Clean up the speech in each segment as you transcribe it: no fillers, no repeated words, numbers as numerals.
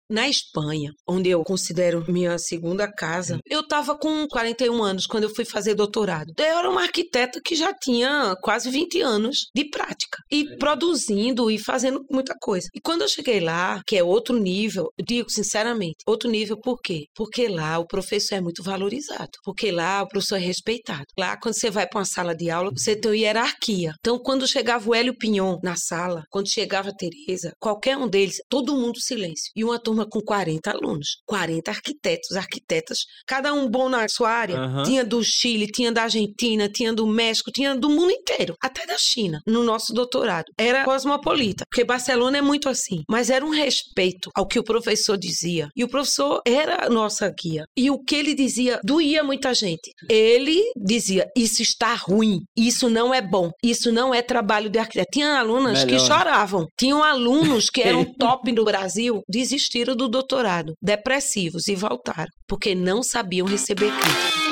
Na Espanha, onde eu considero minha segunda casa, eu estava com 41 anos quando eu fui fazer doutorado. Eu era uma arquiteta que já tinha quase 20 anos de prática. E produzindo e fazendo muita coisa. E quando eu cheguei lá, que é outro nível, eu digo sinceramente, outro nível por quê? Porque lá o professor é muito valorizado. Porque lá o professor é respeitado. Lá, quando você vai para uma sala de aula, você tem hierarquia. Então, quando chegava o Hélio Pinhon na sala, quando chegava a Tereza, qualquer um deles, todo mundo silêncio. E uma turma com 40 alunos, 40 arquitetos, arquitetas, cada um bom na sua área. Tinha do Chile, tinha da Argentina, tinha do México, tinha do mundo inteiro, até da China, no nosso doutorado. Era cosmopolita, porque Barcelona é muito assim. Mas era um respeito ao que o professor dizia. E o professor era a nossa guia. E o que ele dizia doía muita gente. Ele dizia, isso está ruim, isso não é bom, isso não é trabalho de arquiteto. Tinha alunas que choravam. Tinham alunos que eram top no Brasil, desistiram do doutorado, depressivos, e voltaram, porque não sabiam receber crítica.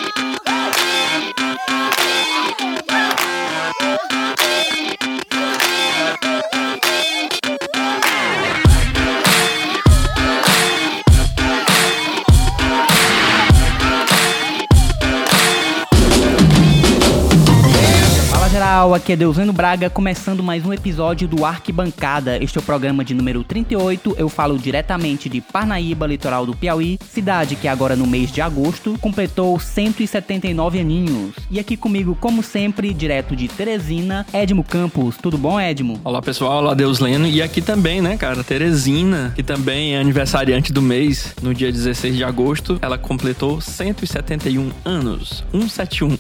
Geral, aqui é Deusano Braga, começando mais um episódio do Arquibancada. Este é o programa de número 38, eu falo diretamente de Parnaíba, litoral do Piauí, cidade que agora no mês de agosto completou 179 aninhos. E aqui comigo, como sempre, direto de Teresina, Edmo Campos. Tudo bom, Edmo? Olá pessoal, olá Deusleno. E aqui também, né, cara, Teresina, que também é aniversariante do mês, no dia 16 de agosto, ela completou 171 anos, 171.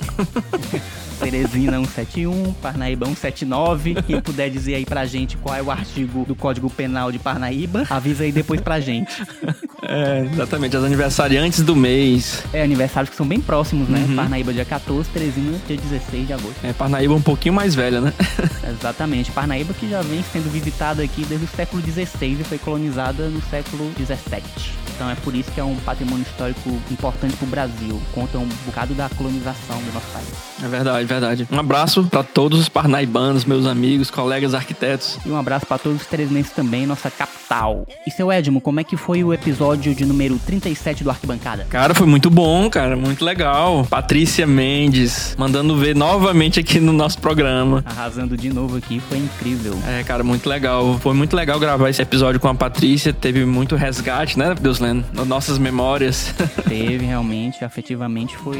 Teresina 171, Parnaíba 179. Quem puder dizer aí pra gente qual é o artigo do Código Penal de Parnaíba, avisa aí depois pra gente. É, exatamente, as aniversariantes do mês. É, aniversários que são bem próximos, né? Parnaíba dia 14, Teresina dia 16 de agosto. É, Parnaíba um pouquinho mais velha, né? Exatamente, Parnaíba que já vem sendo visitada aqui desde o século XVI e foi colonizada no século XVII. Então é por isso que é um patrimônio histórico importante pro Brasil. Conta um bocado da colonização do nosso país. É verdade, verdade. Um abraço pra todos os parnaibanos, meus amigos, colegas arquitetos. E um abraço pra todos os teresinenses também, nossa capital. E seu Edmo, como é que foi o episódio de número 37 do Arquibancada? Cara, foi muito bom, cara, muito legal. Patrícia Mendes, mandando ver novamente aqui no nosso programa. Arrasando de novo aqui, foi incrível. É, cara, muito legal. Foi muito legal gravar esse episódio com a Patrícia. Teve muito resgate, né, Deusleno? Nossas memórias. Teve, realmente, afetivamente foi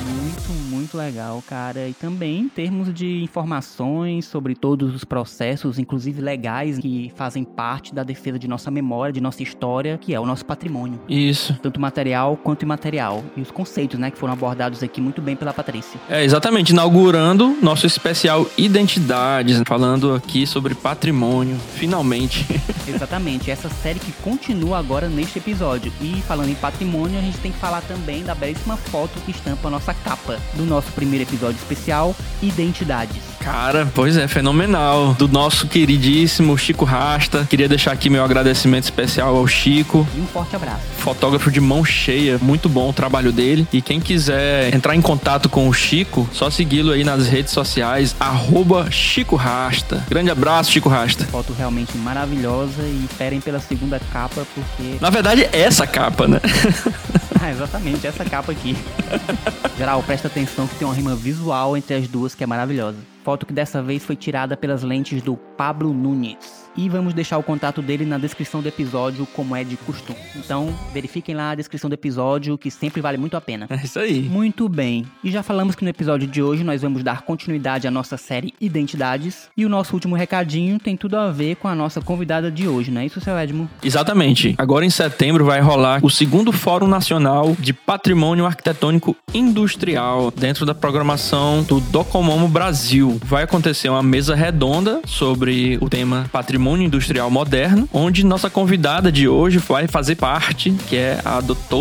muito legal, cara. E também em termos de informações sobre todos os processos, inclusive legais, que fazem parte da defesa de nossa memória, de nossa história, que é o nosso patrimônio. Isso. Tanto material quanto imaterial. E os conceitos, né, que foram abordados aqui muito bem pela Patrícia. É, exatamente. Inaugurando nosso especial Identidades, falando aqui sobre patrimônio, finalmente. Exatamente. Essa série que continua agora neste episódio. E falando em patrimônio, a gente tem que falar também da belíssima foto que estampa a nossa capa do nosso primeiro episódio especial, Identidades. Cara, pois é, fenomenal. Do nosso queridíssimo Chico Rasta. Queria deixar aqui meu agradecimento especial ao Chico. E um forte abraço. Fotógrafo de mão cheia, muito bom o trabalho dele. E quem quiser entrar em contato com o Chico, só segui-lo aí nas redes sociais, @Chico Rasta. Grande abraço, Chico Rasta. Foto realmente maravilhosa e esperem pela segunda capa, porque... Na verdade, essa capa, né? Ah, exatamente, essa capa aqui. Geral, presta atenção que tem uma rima visual entre as duas que é maravilhosa. Foto que dessa vez foi tirada pelas lentes do Pablo Nunes. E vamos deixar o contato dele na descrição do episódio, como é de costume. Então, verifiquem lá a descrição do episódio, que sempre vale muito a pena. É isso aí. Muito bem. E já falamos que no episódio de hoje nós vamos dar continuidade à nossa série Identidades. E o nosso último recadinho tem tudo a ver com a nossa convidada de hoje, não é isso, seu Edmo? Exatamente. Agora em setembro vai rolar o segundo Fórum Nacional de Patrimônio Arquitetônico Industrial, dentro da programação do Docomomo Brasil. Vai acontecer uma mesa redonda sobre o tema Patrimônio Industrial Moderno, onde nossa convidada de hoje vai fazer parte, que é a doutora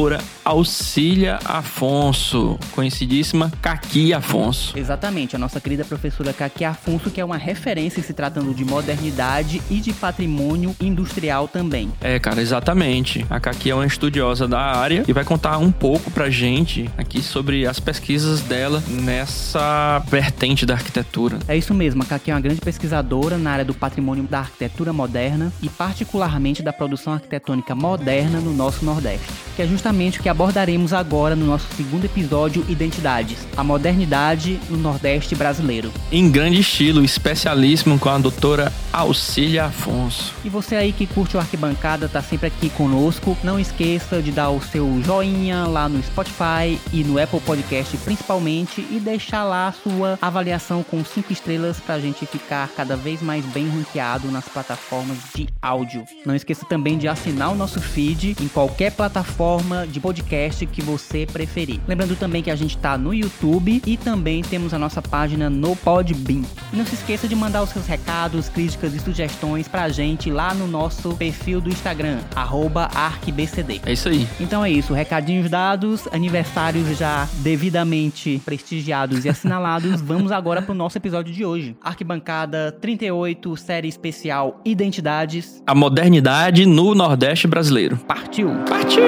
Auxília Afonso, conhecidíssima Caqui Afonso. Exatamente, a nossa querida professora Caqui Afonso, que é uma referência se tratando de modernidade e de patrimônio industrial também. Cara, exatamente. A Caqui é uma estudiosa da área e vai contar um pouco pra gente aqui sobre as pesquisas dela nessa vertente da arquitetura. É isso mesmo, a Caqui é uma grande pesquisadora na área do patrimônio da arquitetura moderna e particularmente da produção arquitetônica moderna no nosso Nordeste, que é justamente o que abordaremos agora no nosso segundo episódio, Identidades, a modernidade no Nordeste brasileiro. Em grande estilo, especialíssimo com a doutora Auxília Afonso. E você aí que curte o Arquibancada, tá sempre aqui conosco, não esqueça de dar o seu joinha lá no Spotify e no Apple Podcast principalmente e deixar lá a sua avaliação com 5 estrelas pra gente ficar cada vez mais bem ranqueado nas plataformas de áudio. Não esqueça também de assinar o nosso feed em qualquer plataforma de podcast que você preferir. Lembrando também que a gente tá no YouTube e também temos a nossa página no Podbean. E não se esqueça de mandar os seus recados, críticas e sugestões pra gente lá no nosso perfil do Instagram, @arquibcd. É isso aí. Então é isso, recadinhos dados, aniversários já devidamente prestigiados e assinalados. Vamos agora pro nosso episódio de hoje. Arquibancada 38, série especial Identidades. A modernidade no Nordeste brasileiro. Partiu! Partiu!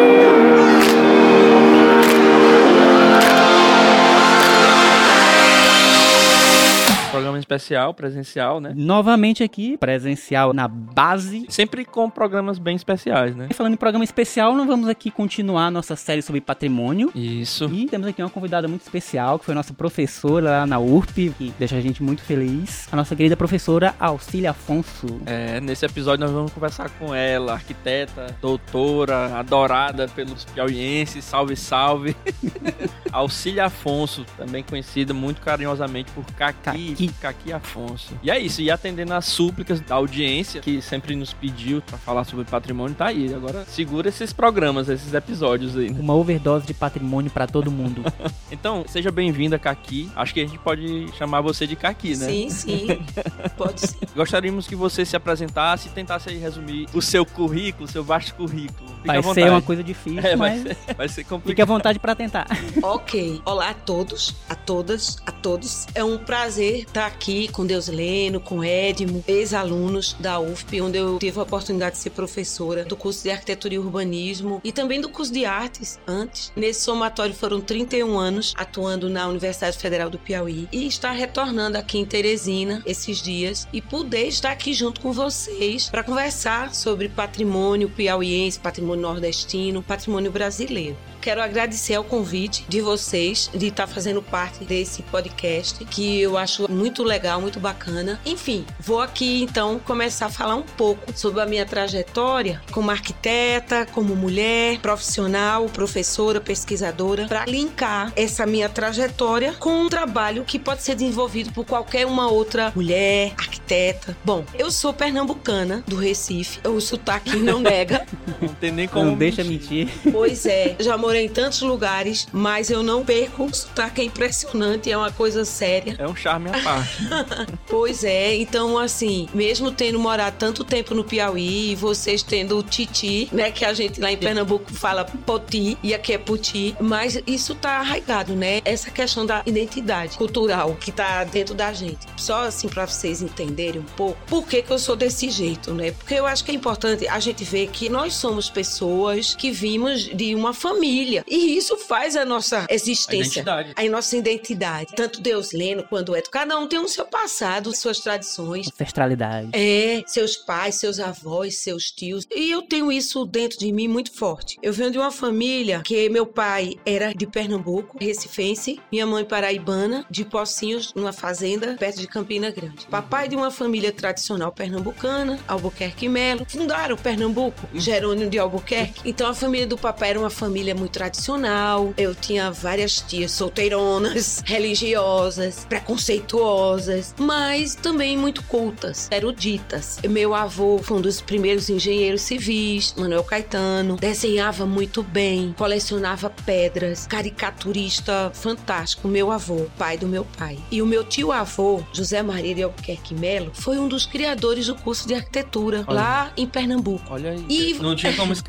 Programa especial, presencial, né? Novamente aqui, presencial na base. Sempre com programas bem especiais, né? E falando em programa especial, nós vamos aqui continuar a nossa série sobre patrimônio. Isso. E temos aqui uma convidada muito especial, que foi a nossa professora lá na URP, que deixa a gente muito feliz. A nossa querida professora Auxília Afonso. Nesse episódio nós vamos conversar com ela, arquiteta, doutora, adorada pelos piauienses, salve, salve. Auxília Afonso, também conhecida muito carinhosamente por Caqui Afonso. E é isso, e atendendo às súplicas da audiência, que sempre nos pediu pra falar sobre patrimônio, tá aí. Agora segura esses programas, esses episódios aí, né? Uma overdose de patrimônio pra todo mundo. Então, seja bem-vinda, Caqui. Acho que a gente pode chamar você de Caqui, né? Sim, pode sim. Gostaríamos que você se apresentasse e tentasse aí resumir o seu currículo, seu vasto currículo. Vai ser uma coisa difícil, mas vai ser complicado. Fique à vontade pra tentar. Ok. Olá a todos, a todas, a todos. É um prazer estar aqui com Deusileno, com Edmo, ex-alunos da UFP, onde eu tive a oportunidade de ser professora do curso de Arquitetura e Urbanismo e também do curso de Artes antes. Nesse somatório foram 31 anos atuando na Universidade Federal do Piauí e estar retornando aqui em Teresina esses dias e poder estar aqui junto com vocês para conversar sobre patrimônio piauiense, patrimônio nordestino, patrimônio brasileiro. Quero agradecer ao convite de vocês de estar fazendo parte desse podcast, que eu acho muito legal, muito bacana. Enfim, vou aqui então começar a falar um pouco sobre a minha trajetória como arquiteta, como mulher, profissional, professora, pesquisadora, para linkar essa minha trajetória com um trabalho que pode ser desenvolvido por qualquer uma outra mulher, arquiteta. Bom, eu sou pernambucana, do Recife, o sotaque não nega. Não tem nem como Não deixa mentir. Pois é, já morei em tantos lugares, mas eu não perco. O sotaque é impressionante, é uma coisa séria. É um charme à parte. Pois é, então assim, mesmo tendo morado tanto tempo no Piauí e vocês tendo o titi, né, que a gente lá em Pernambuco fala poti e aqui é puti, mas isso tá arraigado, né? Essa questão da identidade cultural que tá dentro da gente. Só assim pra vocês entenderem um pouco por que eu sou desse jeito, né? Porque eu acho que é importante a gente ver que nós somos pessoas que vimos de uma família e isso faz a nossa existência, a nossa identidade. Tanto Deusileno quanto Eto, cada um tem o seu passado, suas tradições, ancestralidade. Seus pais, seus avós, seus tios. E eu tenho isso dentro de mim muito forte. Eu venho de uma família que meu pai era de Pernambuco, recifense, minha mãe paraibana, de Pocinhos, numa fazenda perto de Campina Grande. Papai de uma família tradicional pernambucana, Albuquerque e Melo, fundaram Pernambuco, Jerônimo de Albuquerque. Então a família do papai era uma família muito tradicional. Eu tinha várias tias solteironas, religiosas, preconceituosas, mas também muito cultas, eruditas. Meu avô foi um dos primeiros engenheiros civis, Manuel Caetano, desenhava muito bem, colecionava pedras, caricaturista fantástico, meu avô, pai do meu pai. E o meu tio-avô, José Maria de Albuquerque Melo, foi um dos criadores do curso de arquitetura lá em Pernambuco. Olha aí. E não tinha como escapar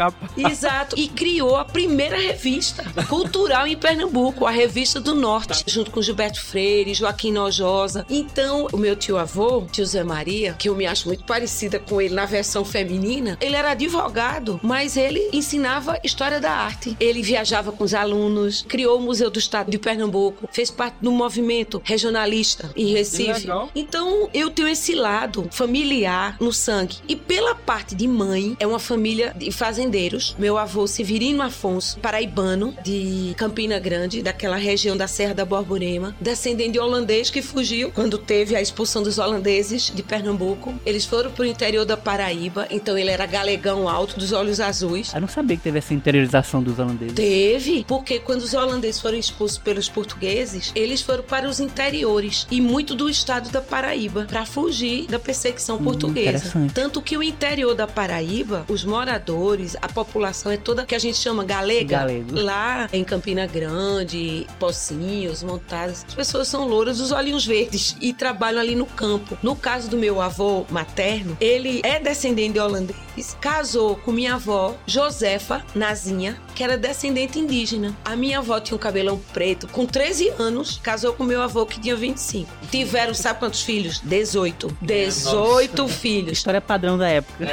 capa. Exato. E criou a primeira revista cultural em Pernambuco, a Revista do Norte, junto com Gilberto Freire, Joaquim Nojosa. Então, o meu tio-avô, tio Zé Maria, que eu me acho muito parecida com ele na versão feminina, ele era advogado, mas ele ensinava história da arte. Ele viajava com os alunos, criou o Museu do Estado de Pernambuco, fez parte do movimento regionalista em Recife. Então, eu tenho esse lado familiar no sangue. E pela parte de mãe, é uma família de fazendeiros. Meu avô Severino Afonso, paraibano, de Campina Grande, daquela região da Serra da Borborema, descendente de holandês que fugiu quando teve a expulsão dos holandeses de Pernambuco. Eles foram pro interior da Paraíba, então ele era galegão alto, dos olhos azuis. Eu não sabia que teve essa interiorização dos holandeses. Teve, porque quando os holandeses foram expulsos pelos portugueses, eles foram para os interiores e muito do estado da Paraíba para fugir da perseguição portuguesa. Tanto que o interior da Paraíba, os moradores, a população é toda que a gente chama galega. Galego. Lá em Campina Grande, Pocinhos, Montadas, as pessoas são louras, os olhinhos verdes e trabalham ali no campo. No caso do meu avô materno, ele é descendente de holandês, casou com minha avó, Josefa Nazinha, que era descendente indígena. A minha avó tinha um cabelão preto. Com 13 anos, casou com meu avô, que tinha 25. Tiveram, sabe quantos filhos? 18. 18 filhos. História padrão da época.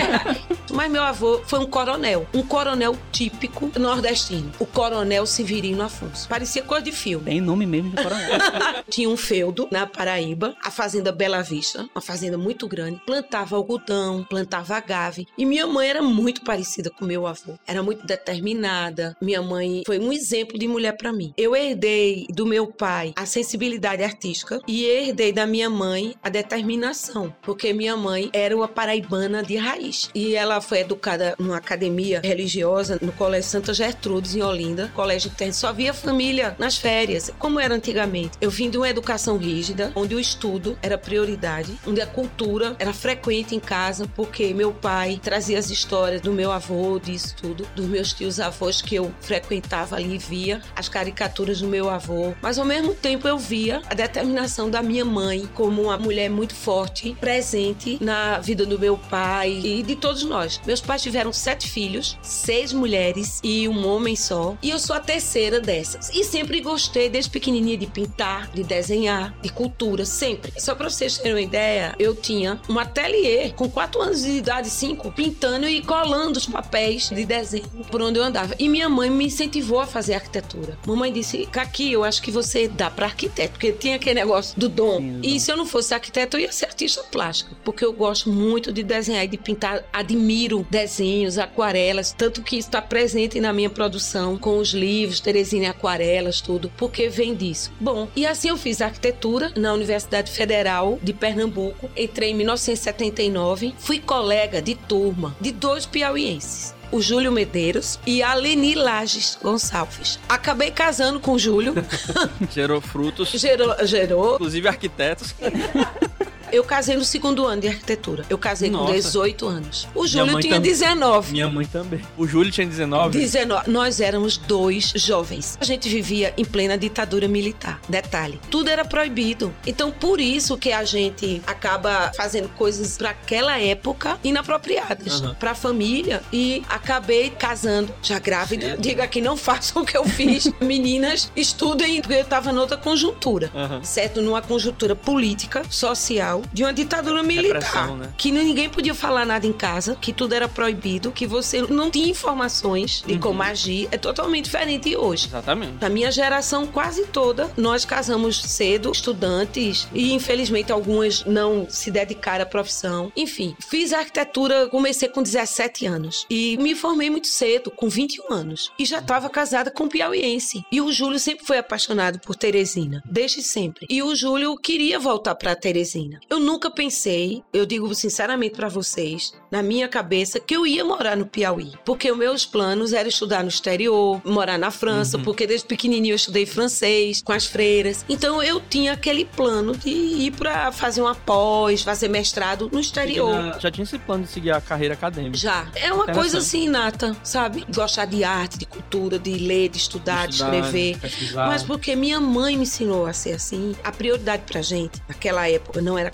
Mas meu avô foi um coronel típico nordestino. O Coronel Severino Afonso. Parecia coisa de filme. Tem nome mesmo de coronel. Tinha um feudo na Paraíba, a fazenda Bela Vista, uma fazenda muito grande. Plantava algodão, plantava agave. E minha mãe era muito parecida com meu avô. Era muito determinada. Minha mãe foi um exemplo de mulher pra mim. Eu herdei do meu pai a sensibilidade artística e herdei da minha mãe a determinação, porque minha mãe era uma paraibana de raiz. E ela foi educada numa academia religiosa no Colégio Santa Gertrudes, em Olinda. Colégio que só via família nas férias, como era antigamente. Eu vim de uma educação rígida, onde o estudo era prioridade, onde a cultura era frequente em casa, porque meu pai trazia as histórias do meu avô, disso tudo, dos meus tios avós que eu frequentava ali, via as caricaturas do meu avô. Mas ao mesmo tempo eu via a determinação da minha mãe como uma mulher muito forte, presente na vida do meu pai e de todos nós. Meus pais tiveram 7 filhos, 6 mulheres e um homem só. E eu sou a terceira dessas. E sempre gostei, desde pequenininha, de pintar, de desenhar, de cultura, sempre. Só pra vocês terem uma ideia, eu tinha um ateliê com 4 anos de idade, 5, pintando e colando os papéis de desenho por onde eu andava. E minha mãe me incentivou a fazer arquitetura. Mamãe disse, Caqui, eu acho que você dá pra arquiteto, porque tinha aquele negócio do dom. Sim, e se eu não fosse arquiteto, eu ia ser artista plástica, porque eu gosto muito de desenhar e de pintar. Admiro desenhos, aquarelas, tanto que isso está presente na minha produção, com os livros, Teresina Aquarelas, tudo, porque vem disso. Bom, e assim eu fiz arquitetura na Universidade Federal de Pernambuco, entrei em 1979, fui colega de turma de 2 piauienses, o Júlio Medeiros e a Leni Lages Gonçalves. Acabei casando com o Júlio. Gerou frutos. Gerou. Inclusive arquitetos. Eu casei no 2º ano de arquitetura. Eu casei com 18 anos. O Júlio tinha 19. Minha mãe também. O Júlio tinha 19? 19. Nós éramos 2 jovens. A gente vivia em plena ditadura militar. Detalhe, tudo era proibido. Então, por isso que a gente acaba fazendo coisas para aquela época inapropriadas para a família. E acabei casando, já grávida. Diga que não façam o que eu fiz. Meninas, estudem, porque eu estava noutra conjuntura. Certo? Numa conjuntura política, social, de uma ditadura militar, repressão, né? Que ninguém podia falar nada em casa, que tudo era proibido, que você não tinha informações de como agir. É totalmente diferente hoje. Exatamente. Na minha geração quase toda, nós casamos cedo, estudantes, e infelizmente algumas não se dedicaram à profissão. Enfim, fiz arquitetura, comecei com 17 anos e me formei muito cedo, com 21 anos, e já estava casada com um piauiense. E o Júlio sempre foi apaixonado por Teresina, desde sempre. E o Júlio queria voltar para Teresina. Eu nunca pensei, eu digo sinceramente pra vocês, na minha cabeça, que eu ia morar no Piauí. Porque os meus planos eram estudar no exterior, morar na França, porque desde pequenininho eu estudei francês, com as freiras. Então eu tinha aquele plano de ir pra fazer uma pós, fazer mestrado no exterior. Já tinha esse plano de seguir a carreira acadêmica. Já. É uma coisa assim inata, sabe? Gostar de arte, de cultura, de ler, de estudar, de escrever. Pesquisar. Mas porque minha mãe me ensinou a ser assim. A prioridade pra gente, naquela época, não era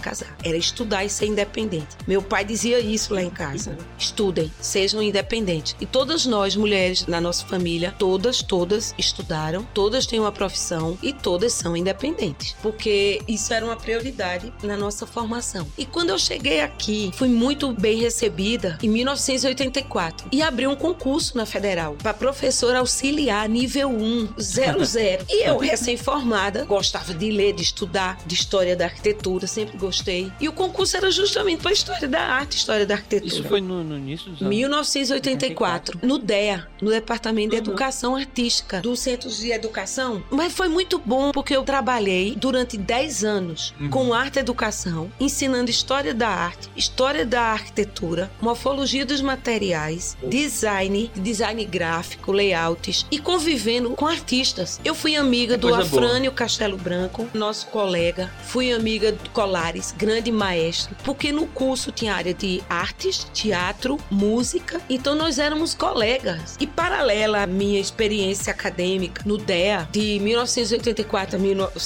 casar. Era estudar e ser independente. Meu pai dizia isso lá em casa. Estudem, sejam independentes. E todas nós, mulheres, na nossa família, todas estudaram, todas têm uma profissão e todas são independentes. Porque isso era uma prioridade na nossa formação. E quando eu cheguei aqui, fui muito bem recebida em 1984 e abri um concurso na Federal para professora auxiliar nível 1, 00. E eu, recém-formada, gostava de ler, de estudar, de história da arquitetura, sempre gostei. E o concurso era justamente para história da arte, história da arquitetura. Isso foi no início dos anos? 1984, no DEA, no Departamento de Educação Artística do Centro de Educação. Mas foi muito bom porque eu trabalhei durante 10 anos com arte e educação, ensinando história da arte, história da arquitetura, morfologia dos materiais, design gráfico, layouts e convivendo com artistas. Eu fui amiga do Afrânio Castelo Branco, nosso colega, fui amiga do Colares, grande maestro, porque no curso tinha área de artes, teatro, música, então nós éramos colegas. E paralela à minha experiência acadêmica no DEA, de 1984 a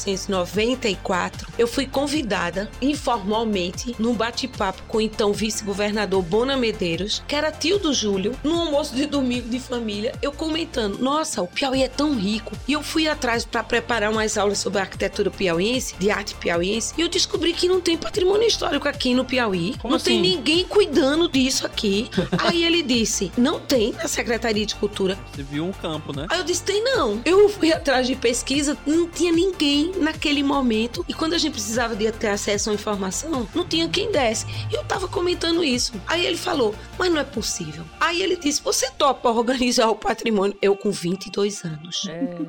1994, eu fui convidada informalmente num bate-papo com o então vice-governador Bona Medeiros, que era tio do Júlio, num almoço de domingo de família, eu comentando, nossa, o Piauí é tão rico. E eu fui atrás para preparar umas aulas sobre a arquitetura piauiense, de arte piauiense, e eu descobri que não tem patrimônio histórico aqui no Piauí. Como não assim? tem ninguém cuidando disso aqui. Aí ele disse, não tem na Secretaria de Cultura. Você viu um campo, né? Aí eu disse, tem não. Eu fui atrás de pesquisa, não tinha ninguém naquele momento. E quando a gente precisava de ter acesso à informação, não tinha quem desse. E eu tava comentando isso. Aí ele falou, mas não é possível. Aí ele disse, você topa organizar o patrimônio? Eu com 22 anos.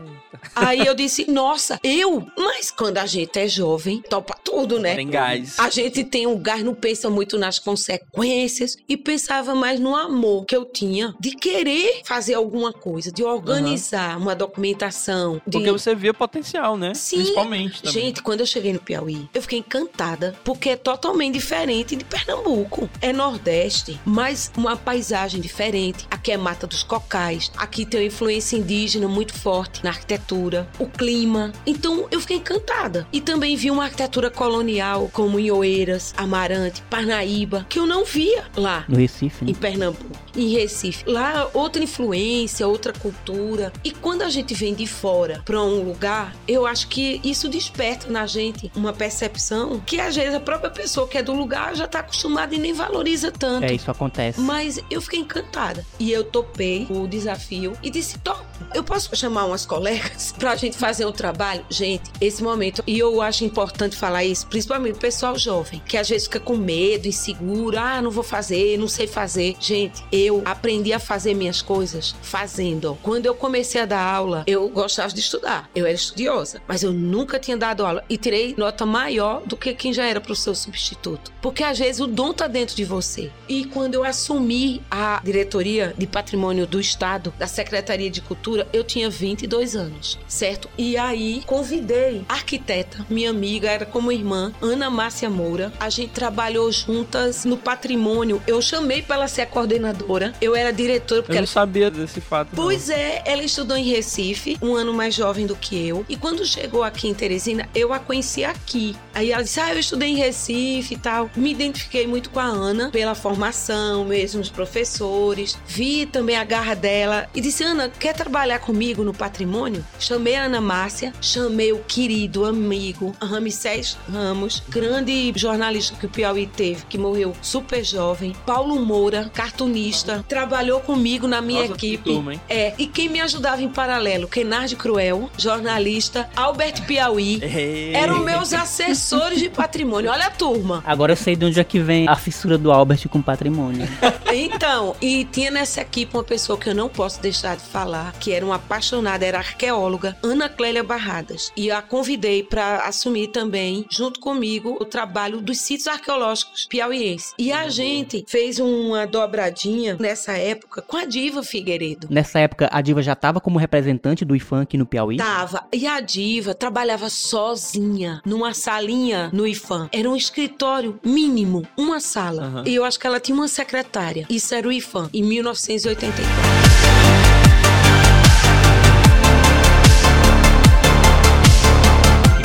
Aí eu disse, nossa, mas quando a gente é jovem, topa tudo, né? Tem gás. A gente tem um gás, não pensa muito nas consequências e pensava mais no amor que eu tinha de querer fazer alguma coisa, de organizar uma documentação. Porque você via potencial, né? Sim. Principalmente também. Gente, quando eu cheguei no Piauí, eu fiquei encantada, porque é totalmente diferente de Pernambuco. É Nordeste, mas uma paisagem diferente. Aqui é Mata dos Cocais, aqui tem uma influência indígena muito forte na arquitetura, o clima. Então, eu fiquei encantada. E também vi uma arquitetura colonial, como em Oeiras, Amarante, Parnaíba, que eu não via lá. No Recife, né? Em Pernambuco, em Recife. Lá, outra influência, outra cultura. E quando a gente vem de fora para um lugar, eu acho que isso desperta na gente uma percepção que às vezes a própria pessoa que é do lugar já tá acostumada e nem valoriza tanto. É, isso acontece. Mas eu fiquei encantada. E eu topei o desafio e disse, topo, eu posso chamar umas colegas pra gente fazer um trabalho? Gente, esse momento, e eu acho importante falar isso, principalmente o pessoal jovem, que às vezes fica com medo, inseguro, não vou fazer, não sei fazer. Gente, eu aprendi a fazer minhas coisas fazendo. Quando eu comecei a dar aula, eu gostava de estudar. Eu era estudiosa, mas eu nunca tinha dado aula e tirei nota maior do que quem já era pro seu substituto. Porque às vezes o dom tá dentro de você. E quando eu assumi a diretoria de patrimônio do Estado, da Secretaria de Cultura, eu tinha 22 anos, certo? E aí convidei a arquiteta, minha amiga, era como irmã, Ana Márcia Moura. A gente trabalhou juntas no patrimônio. Eu chamei para ela ser a coordenadora. Eu era diretora porque Eu não sabia desse fato. Pois é, ela estudou em Recife, um ano mais jovem do que eu. E quando chegou aqui em Teresina, eu a conheci aqui. Aí ela disse, eu estudei em Recife e tal. Me identifiquei muito com a Ana, pela formação, mesmo os professores. Vi também a garra dela. E disse, Ana, quer trabalhar comigo no patrimônio? Chamei a Ana Márcia, chamei o querido amigo Ramsés Ramos, grande jornalista que o Piauí teve, que morreu super jovem. Paulo Moura, cartunista, trabalhou comigo na minha equipe. Turma, hein? E quem me ajudava em paralelo, Kenardi Cruel, jornalista, Albert Piauí, eram meus assessores de patrimônio. Olha a turma. Agora eu sei de onde é que vem a fissura do Albert com patrimônio. Então, e tinha nessa equipe uma pessoa que eu não posso deixar de falar, que era uma apaixonada, era arqueóloga, Ana Clélia Barradas. E a convidei para assumir também, junto comigo, o trabalho dos sítios arqueológicos piauienses. E a gente fez uma dobradinha nessa época com a Diva Figueiredo. Nessa época, a Diva já estava como representante do IFAM aqui no Piauí? Tava. E a Diva trabalhava sozinha, numa salinha no IFAM. Era um escritório mínimo, uma sala. E eu acho que ela tinha uma secretária. Isso era o IFAM, em 1984.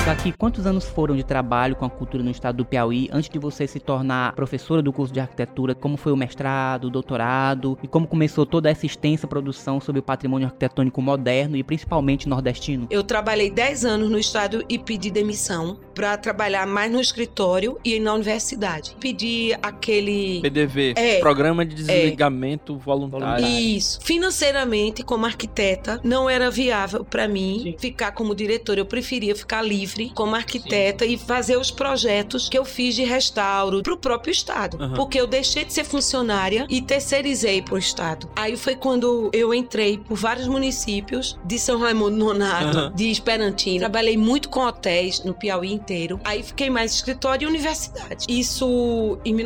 Aqui, quantos anos foram de trabalho com a cultura no estado do Piauí antes de você se tornar professora do curso de arquitetura? Como foi o mestrado, o doutorado e como começou toda essa extensa produção sobre o patrimônio arquitetônico moderno e principalmente nordestino? Eu trabalhei 10 anos no estado e pedi demissão para trabalhar mais no escritório e na universidade. Pedi aquele... PDV, Programa de Desligamento Voluntário. Isso. Financeiramente, como arquiteta, não era viável para mim ficar como diretora. Eu preferia ficar livre como arquiteta e fazer os projetos que eu fiz de restauro pro próprio estado. Porque eu deixei de ser funcionária e terceirizei pro estado. Aí foi quando eu entrei por vários municípios de São Raimundo Nonato, de Esperantina. Trabalhei muito com hotéis no Piauí inteiro. Aí fiquei mais escritório e universidade. Isso em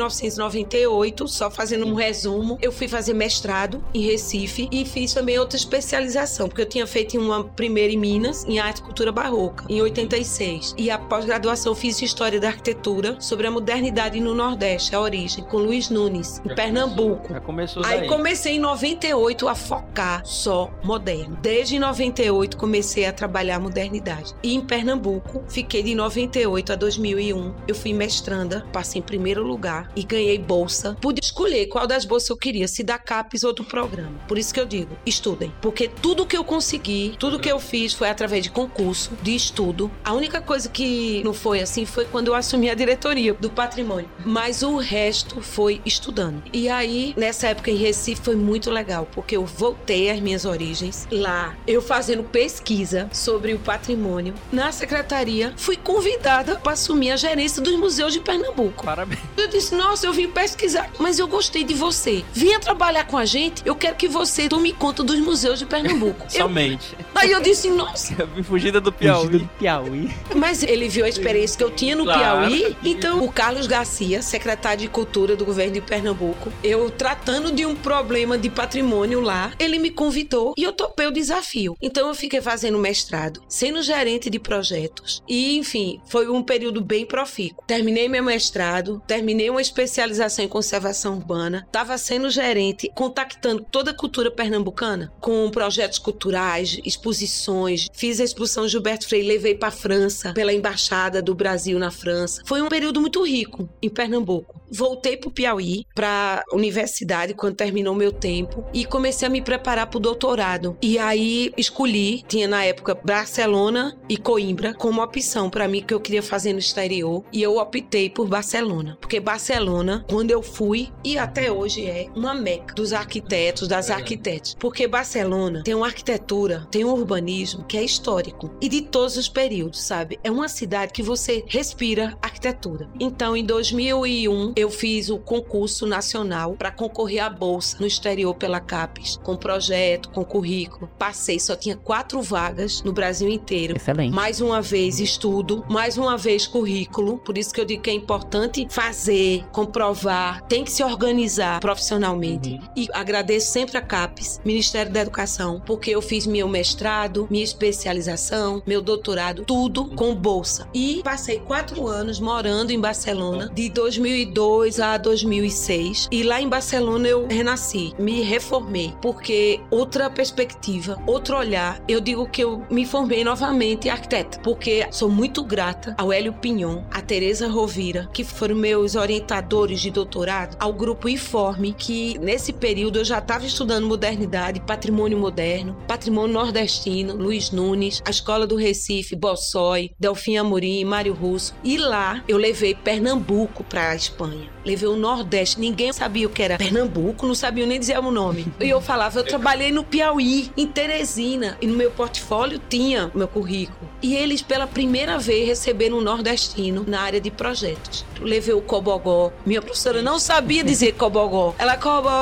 1998, só fazendo um resumo, eu fui fazer mestrado em Recife e fiz também outra especialização, porque eu tinha feito uma primeira em Minas, em arte e cultura barroca, em 86. E a pós-graduação fiz História da Arquitetura sobre a modernidade no Nordeste, a origem, com Luiz Nunes, em Pernambuco. Já começou daí. Aí comecei em 98 a focar só moderno. Desde 98 comecei a trabalhar modernidade. E em Pernambuco, fiquei de 98 a 2001. Eu fui mestranda, passei em primeiro lugar e ganhei bolsa. Pude escolher qual das bolsas eu queria, se da CAPES ou do programa. Por isso que eu digo, estudem. Porque tudo que eu consegui, tudo que eu fiz foi através de concurso, de estudo. A única coisa que não foi assim foi quando eu assumi a diretoria do patrimônio. Mas o resto foi estudando. E aí, nessa época em Recife, foi muito legal, porque eu voltei às minhas origens. Lá, eu fazendo pesquisa sobre o patrimônio. Na secretaria, fui convidada para assumir a gerência dos museus de Pernambuco. Parabéns. Eu disse, nossa, eu vim pesquisar, mas eu gostei de você. Vinha trabalhar com a gente, eu quero que você tome conta dos museus de Pernambuco. Somente. Aí eu disse, nossa. Eu vim fugida do Piauí. Mas ele viu a experiência que eu tinha no Piauí. Então, o Carlos Garcia, secretário de Cultura do governo de Pernambuco, eu tratando de um problema de patrimônio lá, ele me convidou e eu topei o desafio. Então, eu fiquei fazendo mestrado, sendo gerente de projetos. E, enfim, foi um período bem profícuo. Terminei meu mestrado, terminei uma especialização em conservação urbana, estava sendo gerente, contactando toda a cultura pernambucana, com projetos culturais, exposições. Fiz a exposição Gilberto Freire, levei para a França, pela Embaixada do Brasil na França. Foi um período muito rico em Pernambuco. Voltei para o Piauí, para a universidade, quando terminou meu tempo, e comecei a me preparar para o doutorado. E aí escolhi, tinha na época Barcelona e Coimbra como opção para mim, que eu queria fazer no exterior, e eu optei por Barcelona. Porque Barcelona, quando eu fui, e até hoje é uma meca dos arquitetos, das arquitetas. Porque Barcelona tem uma arquitetura, tem um urbanismo que é histórico, e de todos os períodos, sabe? É uma cidade que você respira arquitetura. Então, em 2001, eu fiz o concurso nacional para concorrer à bolsa no exterior pela CAPES, com projeto, com currículo. Passei, só tinha 4 vagas no Brasil inteiro. Excelente. Mais uma vez estudo, mais uma vez currículo. Por isso que eu digo que é importante fazer, comprovar, tem que se organizar profissionalmente. E agradeço sempre a CAPES, Ministério da Educação, porque eu fiz meu mestrado, minha especialização, meu doutorado, tudo com bolsa. E passei 4 anos morando em Barcelona, de 2002 a 2006. E lá em Barcelona eu renasci, me reformei, porque outra perspectiva, outro olhar. Eu digo que eu me formei novamente arquiteta, porque sou muito grata ao Hélio Pinhon, a Tereza Rovira, que foram meus orientadores de doutorado, ao grupo Informe, que nesse período eu já estava estudando modernidade, patrimônio moderno, patrimônio nordestino, Luiz Nunes, a Escola do Recife, Bossói, Delfim Amorim, Mário Russo. E lá eu levei Pernambuco para a Espanha. Levei o Nordeste. Ninguém sabia o que era Pernambuco, não sabiam nem dizer o nome. E eu falava, eu trabalhei no Piauí, em Teresina. E no meu portfólio tinha o meu currículo. E eles, pela primeira vez, receberam um nordestino na área de projetos. Eu levei o Cobogó. Minha professora não sabia dizer Cobogó. Ela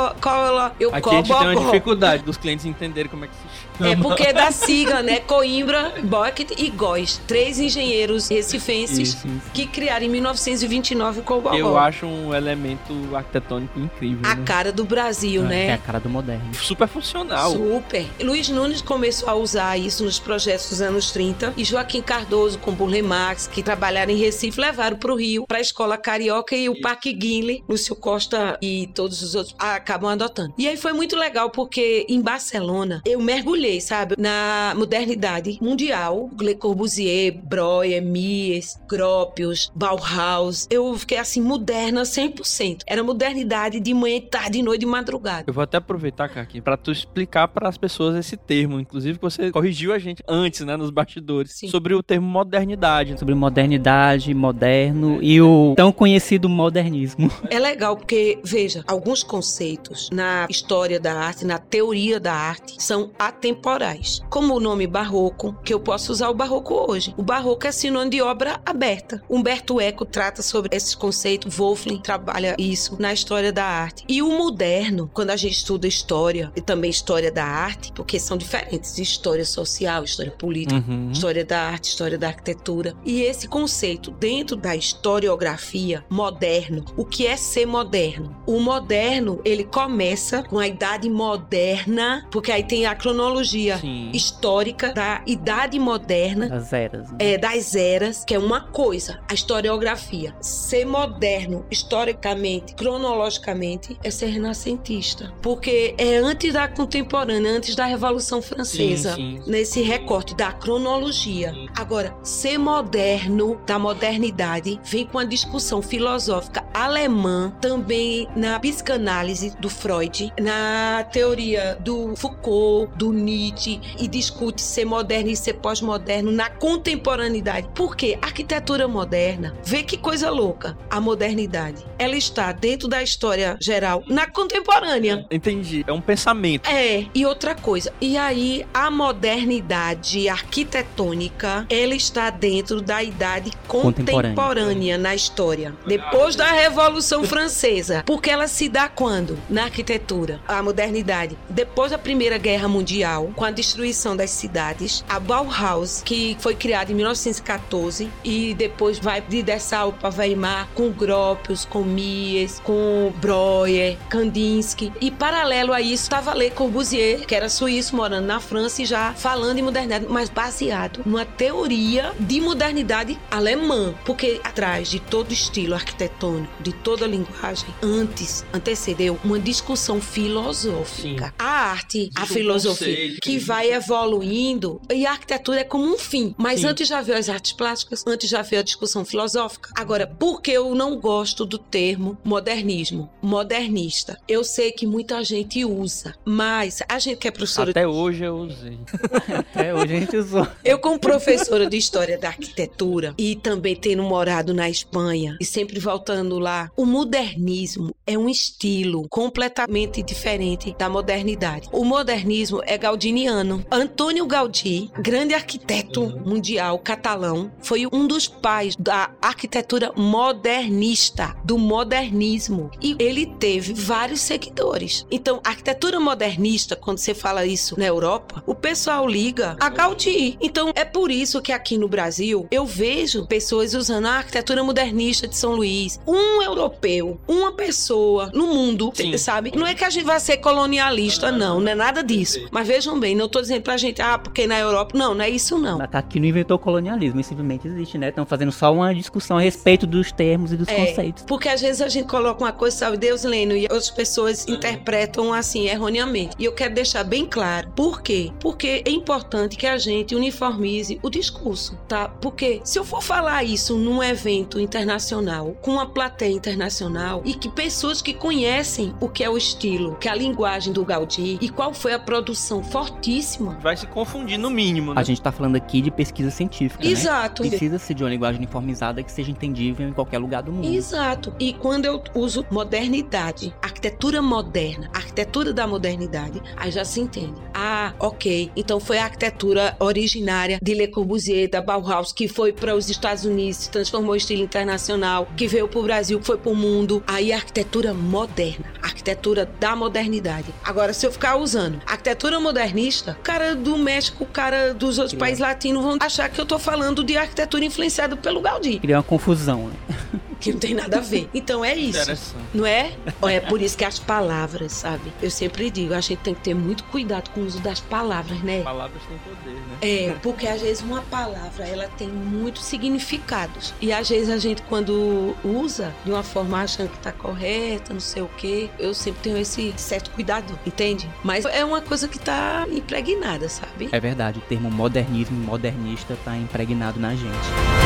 eu Aqui Cobogó. A gente tem uma dificuldade dos clientes entenderem como é que se chama. É porque é da sigla, né? Coimbra, Bockett e Góes. 3 engenheiros recifenses que criaram em 1929 o Cobogó. Eu acho um elemento arquitetônico incrível. A cara do Brasil, né? É a cara do moderno. Super funcional. Super. Luiz Nunes começou a usar isso nos projetos dos anos 30 e Joaquim Cardoso com Burle Marx, que trabalharam em Recife, levaram para o Rio, para a Escola Carioca, e o Parque Guinle, Lúcio Costa e todos os outros acabam adotando. E aí foi muito legal porque em Barcelona eu mergulhei, sabe, na modernidade mundial. Le Corbusier, Breuer, Mies, Gropius, Bauhaus. Eu fiquei assim, moderna 100%. Era modernidade de manhã, tarde, noite e madrugada. Eu vou até aproveitar, Kaki, pra tu explicar para as pessoas esse termo. Inclusive, você corrigiu a gente antes, né, nos bastidores, Sim. sobre o termo modernidade. Sobre modernidade, moderno e o tão conhecido modernismo. É legal porque, veja, alguns conceitos na história da arte, na teoria da arte, são atemporais. Como o nome barroco, que eu posso usar o barroco hoje. O barroco é sinônimo de obra aberta. Humberto Eco trata sobre esses conceitos, Wolfling trabalha isso na história da arte. E o moderno, quando a gente estuda história e também história da arte, porque são diferentes, história social, história política, história da arte, história da arquitetura. E esse conceito dentro da historiografia, moderno, o que é ser moderno? O moderno, ele começa com a idade moderna, porque aí tem a cronologia histórica da idade moderna, Das eras. Né? das eras, que é uma coisa, a historiografia. Ser moderno, historicamente, cronologicamente, é ser renascentista. Porque é antes da contemporânea, antes da Revolução Francesa, nesse recorte da cronologia. Agora, ser moderno, da modernidade, vem com a discussão filosófica alemã, também na psicanálise do Freud, na teoria do Foucault, do Nietzsche, e discute ser moderno e ser pós-moderno na contemporaneidade. Porque a arquitetura moderna, vê que coisa louca, a modernidade, ela está dentro da história geral, na contemporânea. Entendi. É um pensamento. E outra coisa, e aí a modernidade arquitetônica, ela está dentro da idade contemporânea na história, depois da Revolução Francesa, porque ela se dá quando? Na arquitetura, a modernidade, depois da Primeira Guerra Mundial, com a destruição das cidades, a Bauhaus, que foi criada em 1914, e depois vai de Dessau para Weimar, com Gropius, com Mies, com Breuer, Kandinsky, e paralelo a isso estava Le Corbusier, que era suíço, morando na França e já falando em modernidade, mas baseado numa teoria de modernidade alemã, porque atrás de todo estilo arquitetônico, de toda linguagem, antecedeu uma discussão filosófica. A arte, a filosofia, que vai evoluindo, e a arquitetura é como um fim, mas antes já veio as artes plásticas, antes já veio a discussão filosófica. Agora, por que eu não gosto do termo modernismo, modernista? Eu sei que muita gente usa, mas a gente que é professora... Até hoje eu usei. Até hoje a gente usou. Eu, como professora de História da Arquitetura e também tendo morado na Espanha e sempre voltando lá, o modernismo é um estilo completamente diferente da modernidade. O modernismo é gaudiniano. Antônio Gaudí, grande arquiteto mundial catalão, foi um dos pais da arquitetura modernista, do modernismo. E ele teve vários seguidores. Então, a arquitetura modernista, quando você fala isso na Europa, o pessoal liga a Gaudí. Então, é por isso que aqui no Brasil, eu vejo pessoas usando a arquitetura modernista de São Luís. Um europeu, uma pessoa no mundo, sabe? Não é que a gente vai ser colonialista, não é nada disso. Mas vejam bem, não estou dizendo pra gente, porque na Europa... Não é isso não. Aqui não inventou colonialismo, isso simplesmente existe, né? Estão fazendo só uma discussão a respeito dos termos e dos conceitos. Porque às vezes a gente coloca uma coisa, sabe, Deus lendo, e outras pessoas interpretam assim, erroneamente. E eu quero deixar bem claro. Por quê? Porque é importante que a gente uniformize o discurso, tá? Porque se eu for falar isso num evento internacional, com uma plateia internacional, e que pessoas que conhecem o que é o estilo, que é a linguagem do Gaudí, e qual foi a produção fortíssima... Vai se confundir no mínimo, né? A gente tá falando aqui de pesquisa científica, Exato. Né? Precisa-se de uma linguagem uniformizada que seja entendível em qualquer lugar do mundo. Exato. E quando eu uso modernidade, arquitetura moderna, arquitetura da modernidade, aí já se entende. Ok. Então foi a arquitetura originária de Le Corbusier, da Bauhaus, que foi para os Estados Unidos, se transformou em estilo internacional, que veio para o Brasil, que foi para o mundo. Aí a arquitetura moderna, a arquitetura da modernidade. Agora, se eu ficar usando arquitetura modernista, o cara do México, o cara dos outros países latinos vão achar que eu tô falando de arquitetura influenciada pelo Gaudí. Cria uma confusão, né? que não tem nada a ver. Então é isso, não é? É por isso que as palavras, sabe? Eu sempre digo, a gente tem que ter muito cuidado com o uso das palavras, né? Palavras têm poder, né? É, porque às vezes uma palavra, ela tem muitos significados. E às vezes a gente, quando usa de uma forma achando que tá correta, não sei o quê, eu sempre tenho esse certo cuidado, entende? Mas é uma coisa que tá impregnada, sabe? É verdade, o termo modernismo, modernista tá impregnado na gente.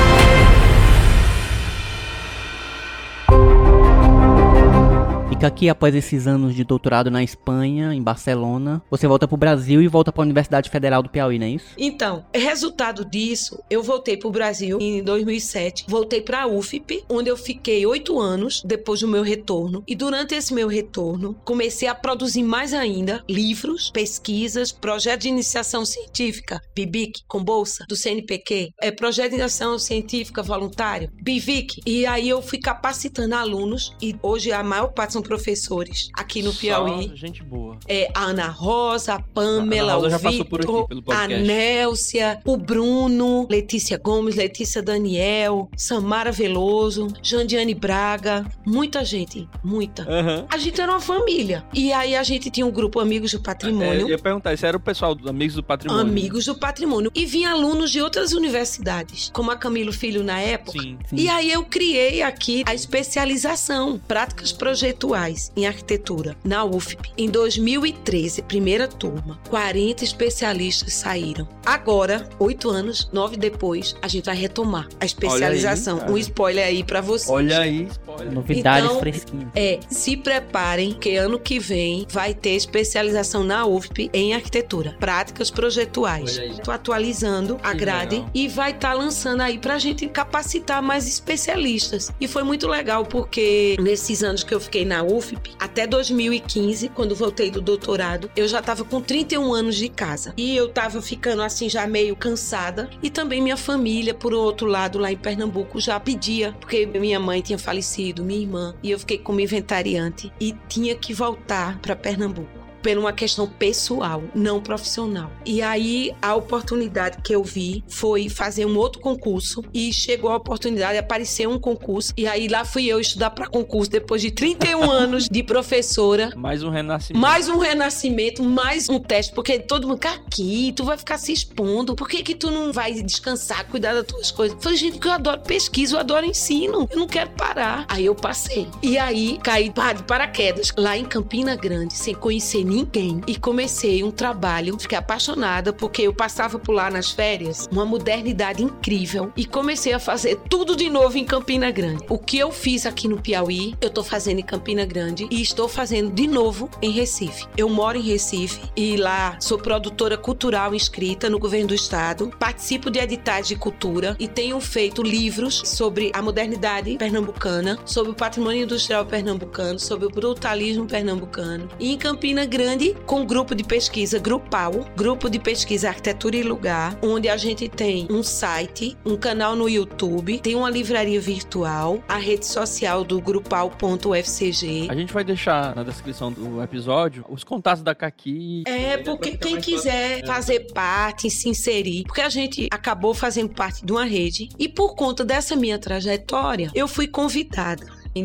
E aqui, após esses anos de doutorado na Espanha, em Barcelona, você volta pro Brasil e volta pra Universidade Federal do Piauí, não é isso? Então, resultado disso, eu voltei pro Brasil em 2007, voltei pra UFP, onde eu fiquei 8 anos depois do meu retorno. E durante esse meu retorno, comecei a produzir mais ainda livros, pesquisas, projetos de iniciação científica, BIBIC, com bolsa, do CNPq, projeto de iniciação científica voluntário, BIVIC. E aí eu fui capacitando alunos, e hoje a maior parte são professores aqui no Piauí. Só gente boa. A Ana Rosa, a Pamela, Ana Rosa o já Vitor, passou por aqui, pelo podcast. a Nélcia, o Bruno, Letícia Gomes, Letícia Daniel, Samara Veloso, Jandiane Braga, muita gente, muita. Uhum. A gente era uma família. E aí a gente tinha um grupo Amigos do Patrimônio. Eu ia perguntar, esse era o pessoal dos Amigos do Patrimônio? Amigos do Patrimônio. E vinha alunos de outras universidades, como a Camilo Filho na época. Sim. E aí eu criei aqui a especialização, práticas projetuais em arquitetura, na UFP. Em 2013, primeira turma, 40 especialistas saíram. Agora, 8 anos, 9 depois, a gente vai retomar a especialização. Olha aí, um spoiler aí pra vocês. Olha aí, spoiler. Novidades Então, fresquinhas. Se preparem, que ano que vem vai ter especialização na UFP em arquitetura, práticas projetuais. Estou atualizando a grade legal. E vai estar lançando aí pra gente capacitar mais especialistas. E foi muito legal, porque nesses anos que eu fiquei na UFP, até 2015, quando voltei do doutorado, eu já estava com 31 anos de casa. E eu estava ficando assim já meio cansada. E também minha família, por outro lado, lá em Pernambuco, já pedia, porque minha mãe tinha falecido, minha irmã, e eu fiquei como inventariante e tinha que voltar para Pernambuco. Por uma questão pessoal, não profissional. E aí, a oportunidade que eu vi foi fazer um outro concurso e chegou a oportunidade de aparecer um concurso. E aí, lá fui eu estudar para concurso depois de 31 anos de professora. Mais um renascimento. Mais um renascimento, mais um teste, porque todo mundo fica aqui, tu vai ficar se expondo. Por que tu não vai descansar, cuidar das tuas coisas? Eu falei, gente, porque eu adoro pesquisa, eu adoro ensino, eu não quero parar. Aí eu passei. E aí, caí de paraquedas lá em Campina Grande, sem conhecer ninguém, e comecei um trabalho. Fiquei apaixonada porque eu passava por lá nas férias, uma modernidade incrível, e comecei a fazer tudo de novo em Campina Grande. O que eu fiz aqui no Piauí, eu tô fazendo em Campina Grande e estou fazendo de novo em Recife. Eu moro em Recife e lá sou produtora cultural inscrita no governo do estado, participo de editais de cultura e tenho feito livros sobre a modernidade pernambucana, sobre o patrimônio industrial pernambucano, sobre o brutalismo pernambucano. E em Campina Grande, com grupo de pesquisa Grupal, Grupo de Pesquisa Arquitetura e Lugar, onde a gente tem um site, um canal no YouTube, tem uma livraria virtual, a rede social do grupal.ufcg. A gente vai deixar na descrição do episódio os contatos da Caqui. Porque quem quiser fazer parte, se inserir, porque a gente acabou fazendo parte de uma rede e por conta dessa minha trajetória, eu fui convidada em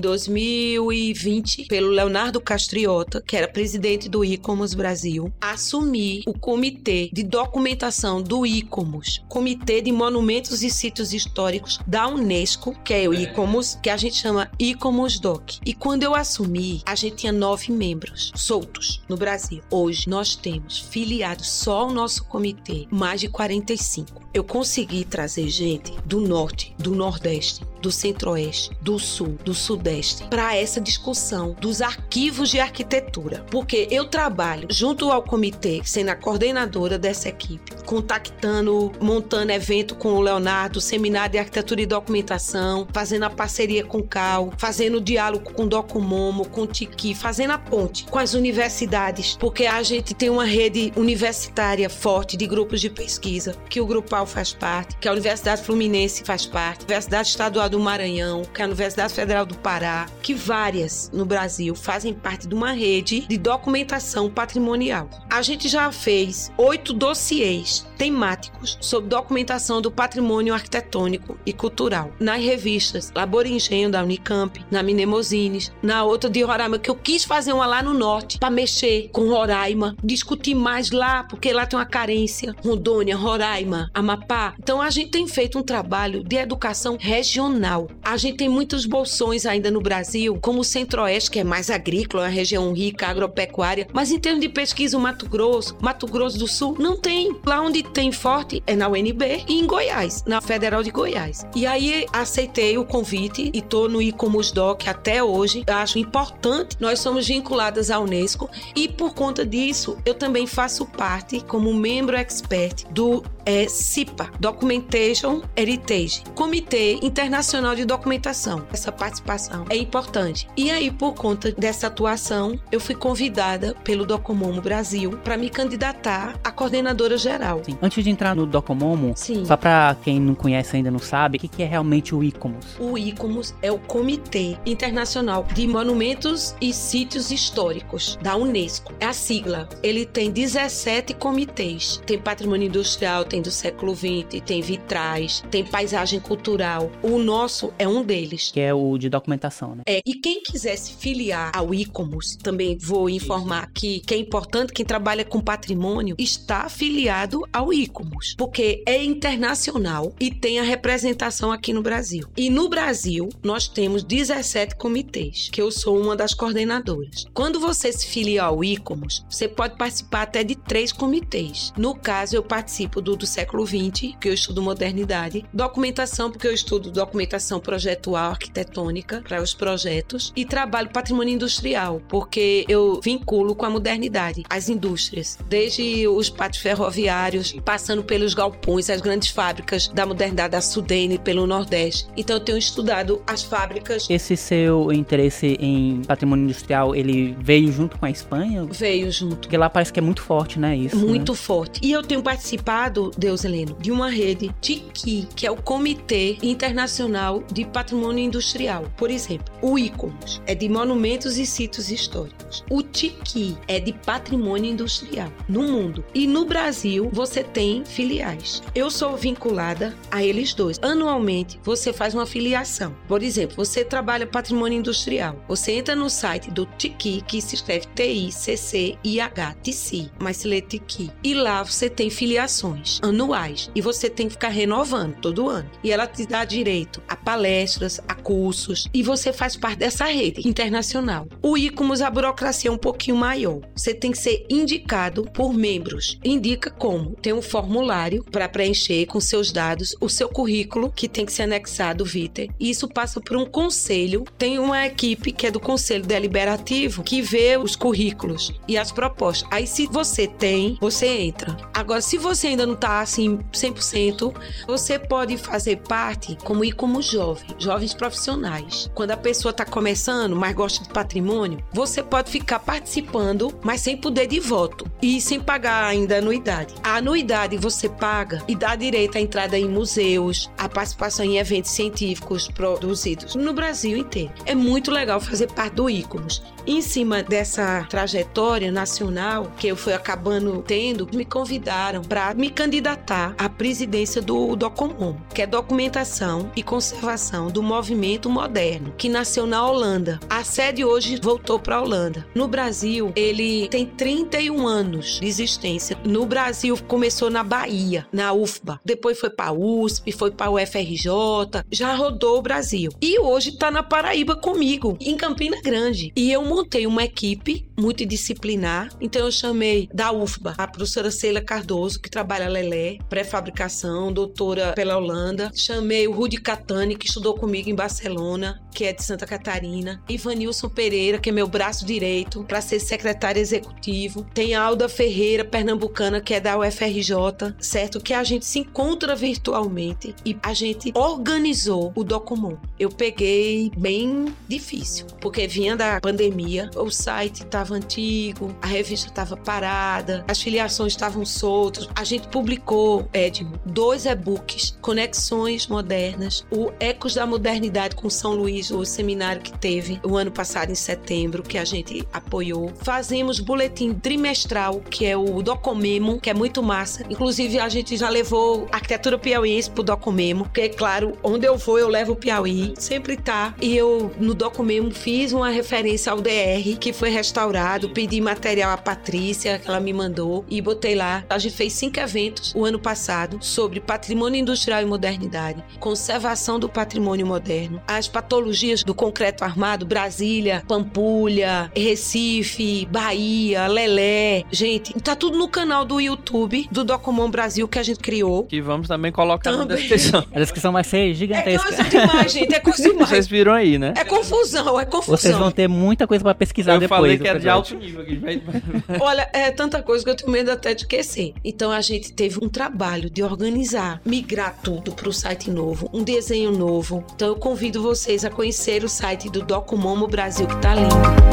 2020, pelo Leonardo Castriota, que era presidente do ICOMOS Brasil, assumi o Comitê de Documentação do ICOMOS, Comitê de Monumentos e Sítios Históricos da Unesco, que é o ICOMOS, que a gente chama ICOMOS Doc. E quando eu assumi, a gente tinha 9 membros soltos no Brasil. Hoje, nós temos filiados só ao nosso comitê, mais de 45. Eu consegui trazer gente do Norte, do Nordeste, do Centro-Oeste, do Sul, do Sudeste, para essa discussão dos arquivos de arquitetura. Porque eu trabalho junto ao comitê, sendo a coordenadora dessa equipe, contactando, montando evento com o Leonardo, seminário de arquitetura e documentação, fazendo a parceria com o CAL, fazendo o diálogo com o Documomo, com o Tiqui, fazendo a ponte com as universidades, porque a gente tem uma rede universitária forte de grupos de pesquisa, que o Grupal faz parte, que a Universidade Fluminense faz parte, a Universidade Estadual do do Maranhão, que é a Universidade Federal do Pará, que várias no Brasil fazem parte de uma rede de documentação patrimonial. A gente já fez 8 dossiês temáticos sobre documentação do patrimônio arquitetônico e cultural nas revistas Labor e Engenho da Unicamp, na Mnemosines, na outra de Roraima, que eu quis fazer uma lá no norte para mexer com Roraima, discutir mais lá, porque lá tem uma carência. Rondônia, Roraima, Amapá. Então a gente tem feito um trabalho de educação regional. A gente tem muitos bolsões ainda no Brasil, como o Centro-Oeste, que é mais agrícola, uma região rica, agropecuária, mas em termos de pesquisa, o Mato Grosso do Sul, não tem. Lá onde tem forte é na UNB e em Goiás, na Federal de Goiás. E aí aceitei o convite e tô no ICOMOS Doc até hoje. Eu acho importante, nós somos vinculadas à Unesco e por conta disso eu também faço parte como membro expert do CIPA, Documentation Heritage, Comitê Internacional de Documentação. Essa participação é importante. E aí, por conta dessa atuação, eu fui convidada pelo Docomomo Brasil para me candidatar a coordenadora geral. Sim. Antes de entrar no Docomomo, Sim. Só para quem não conhece ainda não sabe, o que é realmente o ICOMOS? O ICOMOS é o Comitê Internacional de Monumentos e Sítios Históricos da Unesco. É a sigla. Ele tem 17 comitês. Tem patrimônio industrial, tem do século XX, tem vitrais, tem paisagem cultural. O nosso é um deles. Que é o de documentação, né? E quem quiser se filiar ao ICOMOS, também vou informar aqui que é importante, quem trabalha com patrimônio está afiliado ao ICOMOS, porque é internacional e tem a representação aqui no Brasil. E no Brasil, nós temos 17 comitês, que eu sou uma das coordenadoras. Quando você se filia ao ICOMOS, você pode participar até de 3 comitês. No caso, eu participo do século XX, que eu estudo modernidade, documentação, porque eu estudo documentação projetual, arquitetônica, para os projetos, e trabalho patrimônio industrial, porque eu vinculo com a modernidade, as indústrias, desde os pátios ferroviários, passando pelos galpões, as grandes fábricas da modernidade, da Sudene, pelo Nordeste. Então eu tenho estudado as fábricas. Esse seu interesse em patrimônio industrial, ele veio junto com a Espanha? Veio junto. Porque lá parece que é muito forte, né? Isso, muito forte. E eu tenho participado, Deuseleno, de uma rede TICI, que é o Comitê Internacional de Patrimônio Industrial. Por exemplo, o ICOMOS é de Monumentos e Sítios Históricos. O TICI é de Patrimônio Industrial no mundo. E no Brasil, você tem filiais. Eu sou vinculada a eles dois. Anualmente, você faz uma filiação. Por exemplo, você trabalha patrimônio industrial. Você entra no site do TICI, que se escreve TICCIH, TICI, mas se lê TICI. E lá você tem filiações anuais e você tem que ficar renovando todo ano. E ela te dá direito a palestras, a cursos, e você faz parte dessa rede internacional. O ICOMOS, a burocracia é um pouquinho maior. Você tem que ser indicado por membros. Indica como? Tem um formulário para preencher com seus dados, o seu currículo, que tem que ser anexado, Viter. E isso passa por um conselho. Tem uma equipe que é do Conselho Deliberativo que vê os currículos e as propostas. Aí, se você tem, você entra. Agora, se você ainda não está assim 100%, você pode fazer parte como ir como jovens profissionais. Quando a pessoa está começando, mas gosta de patrimônio, você pode ficar participando, mas sem poder de voto e sem pagar ainda anuidade. A anuidade você paga e dá direito à entrada em museus, a participação em eventos científicos produzidos no Brasil inteiro. É muito legal fazer parte do ICOMOS. Em cima dessa trajetória nacional que eu fui acabando tendo, me convidaram para me candidatar à presidência do Docomomo, que é Documentação e Conservação do Movimento Moderno, que nasceu na Holanda. A sede hoje voltou para a Holanda. No Brasil, ele tem 31 anos de existência. No Brasil, começou na Bahia, na UFBA. Depois foi para a USP, foi para o UFRJ, já rodou o Brasil. E hoje está na Paraíba comigo, em Campina Grande. E eu montei uma equipe multidisciplinar, então eu chamei da UFBA a professora Ceila Cardoso, que trabalha Lelé, pré-fabricação, doutora pela Holanda. Chamei o Rudi Catani, que estudou comigo em Barcelona, que é de Santa Catarina, Ivanilson Pereira, que é meu braço direito, para ser secretário executivo. Tem a Alda Ferreira, pernambucana, que é da UFRJ, certo? Que a gente se encontra virtualmente e a gente organizou o Docomon. Eu peguei bem difícil, porque vinha da pandemia, o site estava antigo, a revista estava parada, as filiações estavam soltas. A gente publicou, Edmo, 2 e-books, Conexões Modernas, o Ecos da Modernidade com São Luís, o seminário que teve o ano passado, em setembro, que a gente apoiou. Fazemos boletim trimestral, que é o Docomemo, que é muito massa. Inclusive, a gente já levou arquitetura piauiense pro Docomemo, porque, é claro, onde eu vou, eu levo o Piauí. Sempre tá. E eu, no Docomemo, fiz uma referência ao DR, que foi restaurado, pedi material à Patrícia, que ela me mandou, e botei lá. A gente fez 5 eventos o ano passado sobre patrimônio industrial e modernidade, conservação do patrimônio moderno, as patologias do concreto armado, Brasília, Pampulha, Recife, Bahia, Lelé. Gente, tá tudo no canal do YouTube do Docomon Brasil que a gente criou. Que vamos também colocar na descrição. A descrição vai ser gigantesca. É coisa demais, gente, é coisa demais. Vocês viram aí, né? É confusão. Vocês vão ter muita coisa pra pesquisar depois. Eu falei que era de alto nível aqui. Olha, é tanta coisa que eu tenho medo até de esquecer. Então a gente teve um trabalho de organizar, migrar tudo pro site novo, um desenho novo. Então eu convido vocês a conhecer o site do Docomon Brasil, que tá lindo.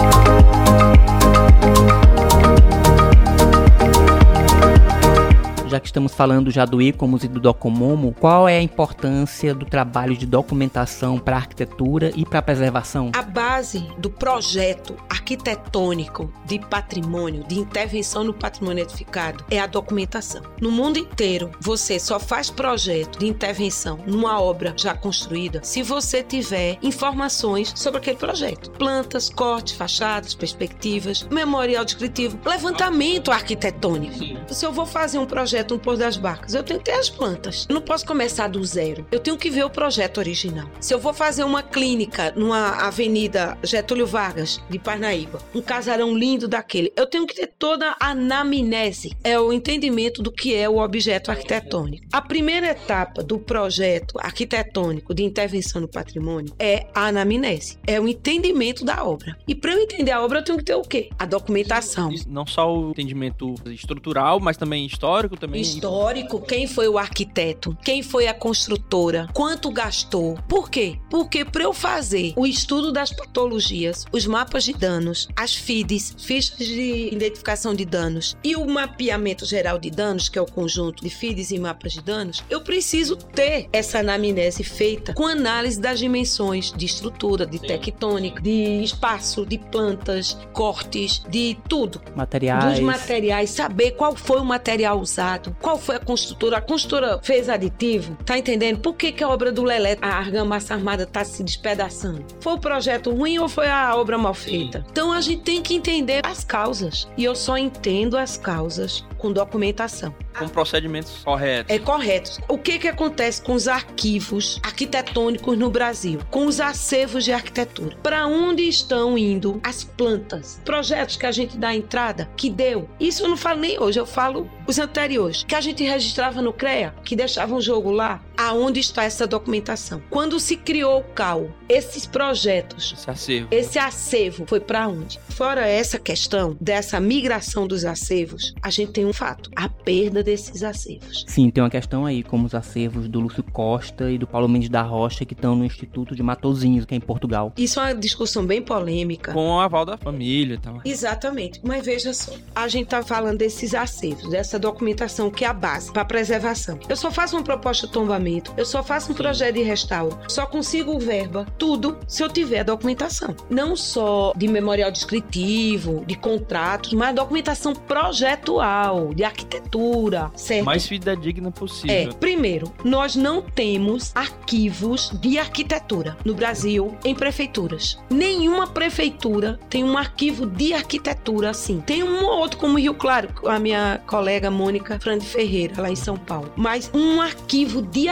Já que estamos falando já do ICOMOS e do Docomomo, qual é a importância do trabalho de documentação para a arquitetura e para a preservação? A base do projeto arquitetônico de patrimônio, de intervenção no patrimônio edificado, é a documentação. No mundo inteiro, você só faz projeto de intervenção numa obra já construída se você tiver informações sobre aquele projeto. Plantas, cortes, fachadas, perspectivas, memorial descritivo, levantamento arquitetônico. Se eu vou fazer um projeto no Porto das Barcas, eu tenho que ter as plantas. Eu não posso começar do zero. Eu tenho que ver o projeto original. Se eu vou fazer uma clínica numa avenida Getúlio Vargas, de Parnaíba, um casarão lindo daquele, eu tenho que ter toda a anamnese. É o entendimento do que é o objeto arquitetônico. A primeira etapa do projeto arquitetônico de intervenção no patrimônio é a anamnese. É o entendimento da obra. E para eu entender a obra, eu tenho que ter o quê? A documentação. Não só o entendimento estrutural, mas também histórico também. Histórico, quem foi o arquiteto, quem foi a construtora, quanto gastou. Por quê? Porque para eu fazer o estudo das patologias, os mapas de danos, as FIDs, fichas de identificação de danos, e o mapeamento geral de danos, que é o conjunto de FIDs e mapas de danos, eu preciso ter essa anamnese feita com análise das dimensões de estrutura, de tectônica, de espaço, de plantas, cortes, de tudo. Materiais. Dos materiais, saber qual foi o material usado, qual foi a construtora fez aditivo, tá entendendo? Por que a obra do Lelé, a argamassa armada, tá se despedaçando? Foi o projeto ruim ou foi a obra mal feita? Então a gente tem que entender as causas, e eu só entendo as causas com documentação. Com procedimentos corretos. É correto. O que acontece com os arquivos arquitetônicos no Brasil? Com os acervos de arquitetura? Para onde estão indo as plantas? Projetos que a gente dá entrada, que deu. Isso eu não falo nem hoje, eu falo os anteriores. Que a gente registrava no CREA, que deixava um jogo lá. Aonde está essa documentação? Quando se criou o CAU, esses projetos, esse acervo foi para onde? Fora essa questão dessa migração dos acervos, a gente tem um fato: a perda desses acervos. Sim, tem uma questão aí, como os acervos do Lúcio Costa e do Paulo Mendes da Rocha, que estão no Instituto de Matosinhos, que é em Portugal. Isso é uma discussão bem polêmica. Com o aval da família e tal. Exatamente. Mas veja só, a gente tá falando desses acervos, dessa documentação que é a base para preservação. Eu só faço uma proposta de tombamento, eu só faço um projeto de restauro, só consigo verba, tudo, se eu tiver a documentação. Não só de memorial descritivo, de contratos, mas documentação projetual, de arquitetura, certo? Mais fidedigna possível. Primeiro, nós não temos arquivos de arquitetura no Brasil em prefeituras. Nenhuma prefeitura tem um arquivo de arquitetura assim. Tem um ou outro, como Rio Claro, a minha colega Mônica Frande Ferreira, lá em São Paulo. Mas um arquivo de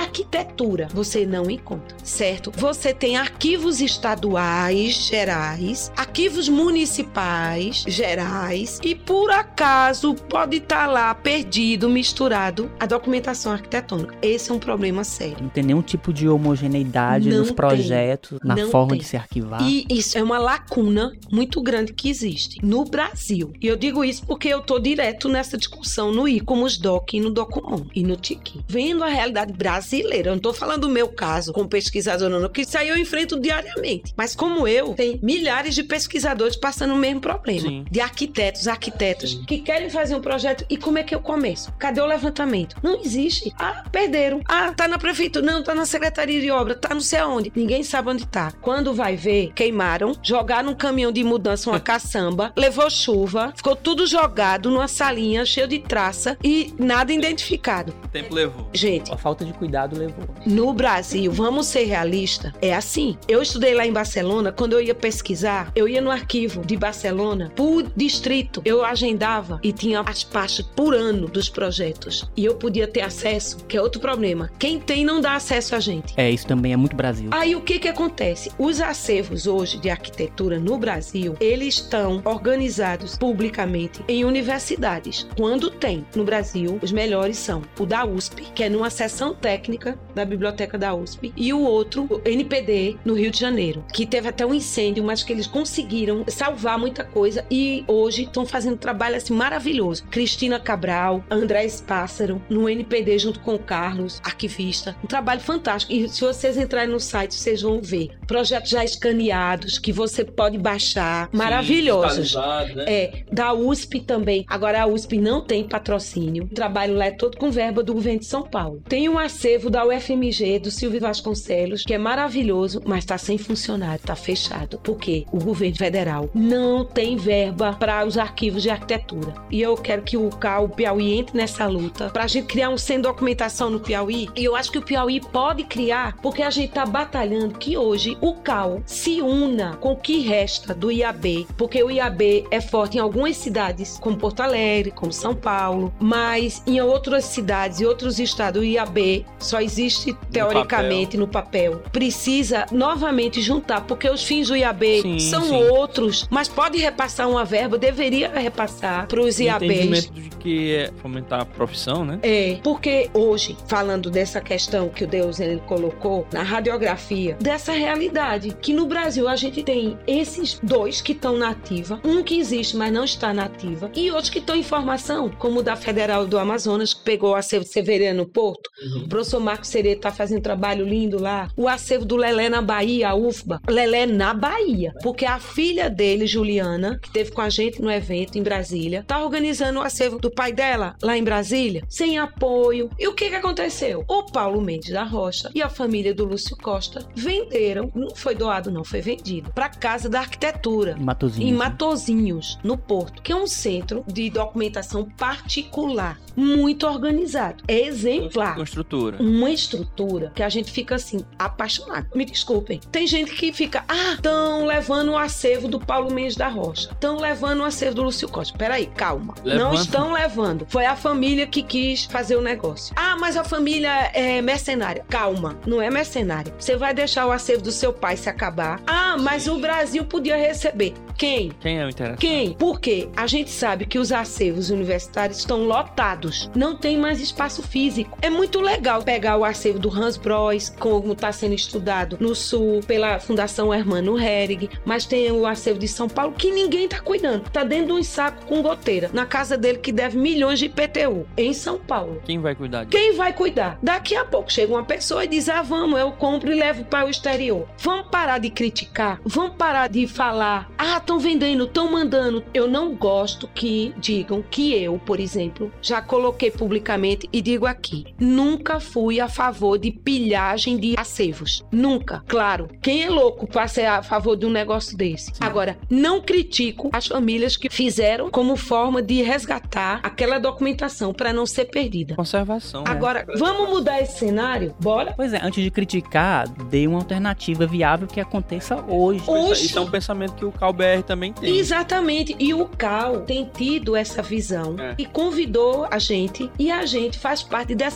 arquitetura você não encontra, certo? Você tem arquivos estaduais gerais, arquivos municipais gerais e por acaso pode estar lá perdido, misturado a documentação arquitetônica. Esse é um problema sério. Não tem nenhum tipo de homogeneidade nos projetos, na forma de se arquivar. E isso é uma lacuna muito grande que existe no Brasil. E eu digo isso porque eu tô direto nessa discussão no ICOMOS Doc e no Documon e no TIC. Vendo a realidade brasileira, eu não tô falando do meu caso como pesquisadora, não, que isso aí eu enfrento diariamente. Mas como eu, tem milhares de pesquisadores passando o mesmo problema. Sim. De arquitetos que querem fazer um projeto e como é que eu começo? Cadê o levantamento? Não existe. Ah, perderam. Ah, tá na prefeitura. Não, tá na secretaria de obra. Tá não sei aonde. Ninguém sabe onde tá. Quando vai ver, queimaram, jogaram num caminhão de mudança uma caçamba, levou chuva, ficou tudo jogado numa salinha cheia de traça e nada identificado. O tempo levou. Gente, A falta de cuidado levou. no Brasil, vamos ser realistas, é assim. Eu estudei lá em Barcelona, quando eu ia pesquisar, eu ia no arquivo de Barcelona, por distrito, eu agendava e tinha as pastas por ano dos projetos. E eu podia ter acesso, que é outro problema. Quem tem não dá acesso a gente. Isso também é muito Brasil. Aí o que acontece? Os acervos hoje de arquitetura no Brasil, eles estão organizados publicamente em universidades. Quando tem no Brasil, os melhores são o da USP, que é numa seção técnica da biblioteca da USP, e o outro, o NPD, no Rio de Janeiro, que teve até um incêndio, mas que eles conseguiram salvar muita coisa e hoje estão fazendo um trabalho assim maravilhoso. Cristina Cabral, Andrés Pássaro, no NPD junto com o Carlos, arquivista. Um trabalho fantástico. E se vocês entrarem no site, vocês vão ver projetos já escaneados que você pode baixar, maravilhosos. Né? Da USP também. Agora a USP não tem patrocínio. O trabalho lá é todo com verba do governo de São Paulo. Tem um acervo da UFMG, do Silvio Vasconcelos, que é maravilhoso, mas está sem funcionário, está fechado. Porque o governo federal não tem verba para os arquivos de arquitetura. E eu quero que o Piauí entre nessa luta para a gente criar um centro de documentação no Piauí. E eu acho que o Piauí pode criar, porque a gente está batalhando que hoje o CAU se una com o que resta do IAB, porque o IAB é forte em algumas cidades, como Porto Alegre, como São Paulo, mas em outras cidades e outros estados o IAB só existe teoricamente no papel. Precisa novamente juntar, porque os fins do IAB são outros, mas pode repassar uma verba, deveria repassar para os IABs. Entendimento de que é fomentar a profissão, né? Porque hoje, falando dessa questão que o Deus ele colocou na radiografia, dessa realidade, que no Brasil a gente tem esses dois que estão na ativa, um que existe, mas não está na ativa, e outros que estão em formação, como o da Federal do Amazonas, que pegou o acervo de Severiano Porto. O professor Marcos Serê está fazendo um trabalho lindo lá. O acervo do Lelé na Bahia, a UFBA. Lelé na Bahia, porque a filha dele, Juliana, que esteve com a gente no evento em Brasília, está organizando o acervo do pai dela lá em Brasília, sem apoio. E o que aconteceu? O Paulo Mendes da Rocha e a família do Lúcio Costa venderam, não foi doado não, foi vendido, para a Casa da Arquitetura. Em Matozinhos, no Porto, que é um centro de documentação particular, muito organizado. É exemplar. Uma estrutura que a gente fica assim, apaixonado. Me desculpem. Tem gente que fica, estão levando o acervo do Paulo Mendes da Rocha. Estão levando o acervo do Lúcio Costa. Peraí, calma. Não estão levando. Foi a família que quis fazer o negócio. Mas a família é mercenária. Calma, não é mercenária. Você vai deixar o acervo do seu pai se acabar. Mas o Brasil podia receber. Quem? Quem é o interessado? Quem? Porque a gente sabe que os acervos universitários estão lotados. Não tem mais espaço físico. É muito legal pegar o acervo do Hans Broys, como está sendo estudado no Sul, pela Fundação Hermano Herrig, mas tem o acervo de São Paulo que ninguém está cuidando. Está dentro de um saco com goteira. Na casa dele que deve milhões de IPTU. Em São Paulo. Quem vai cuidar disso? Quem vai cuidar? Daqui a pouco chega uma pessoa e diz, vamos, eu compro e levo para o exterior. Vamos parar de criticar? Vamos parar de falar, estão vendendo, estão mandando. Eu não gosto que digam que eu, por exemplo, já coloquei publicamente e digo aqui, nunca fui a favor de pilhagem de acervos. Nunca. Claro, quem é louco para ser a favor de um negócio desse? Sim. Agora, não critico as famílias que fizeram como forma de resgatar aquela documentação para não ser perdida. Conservação. Agora, vamos mudar esse cenário? Bora? Pois é, antes de criticar, dê uma alternativa viável que aconteça hoje. Isso é um pensamento que o CAU-BR também tem. Exatamente. E o CAU tem tido essa visão e convidou a gente, e a gente faz parte dessa construção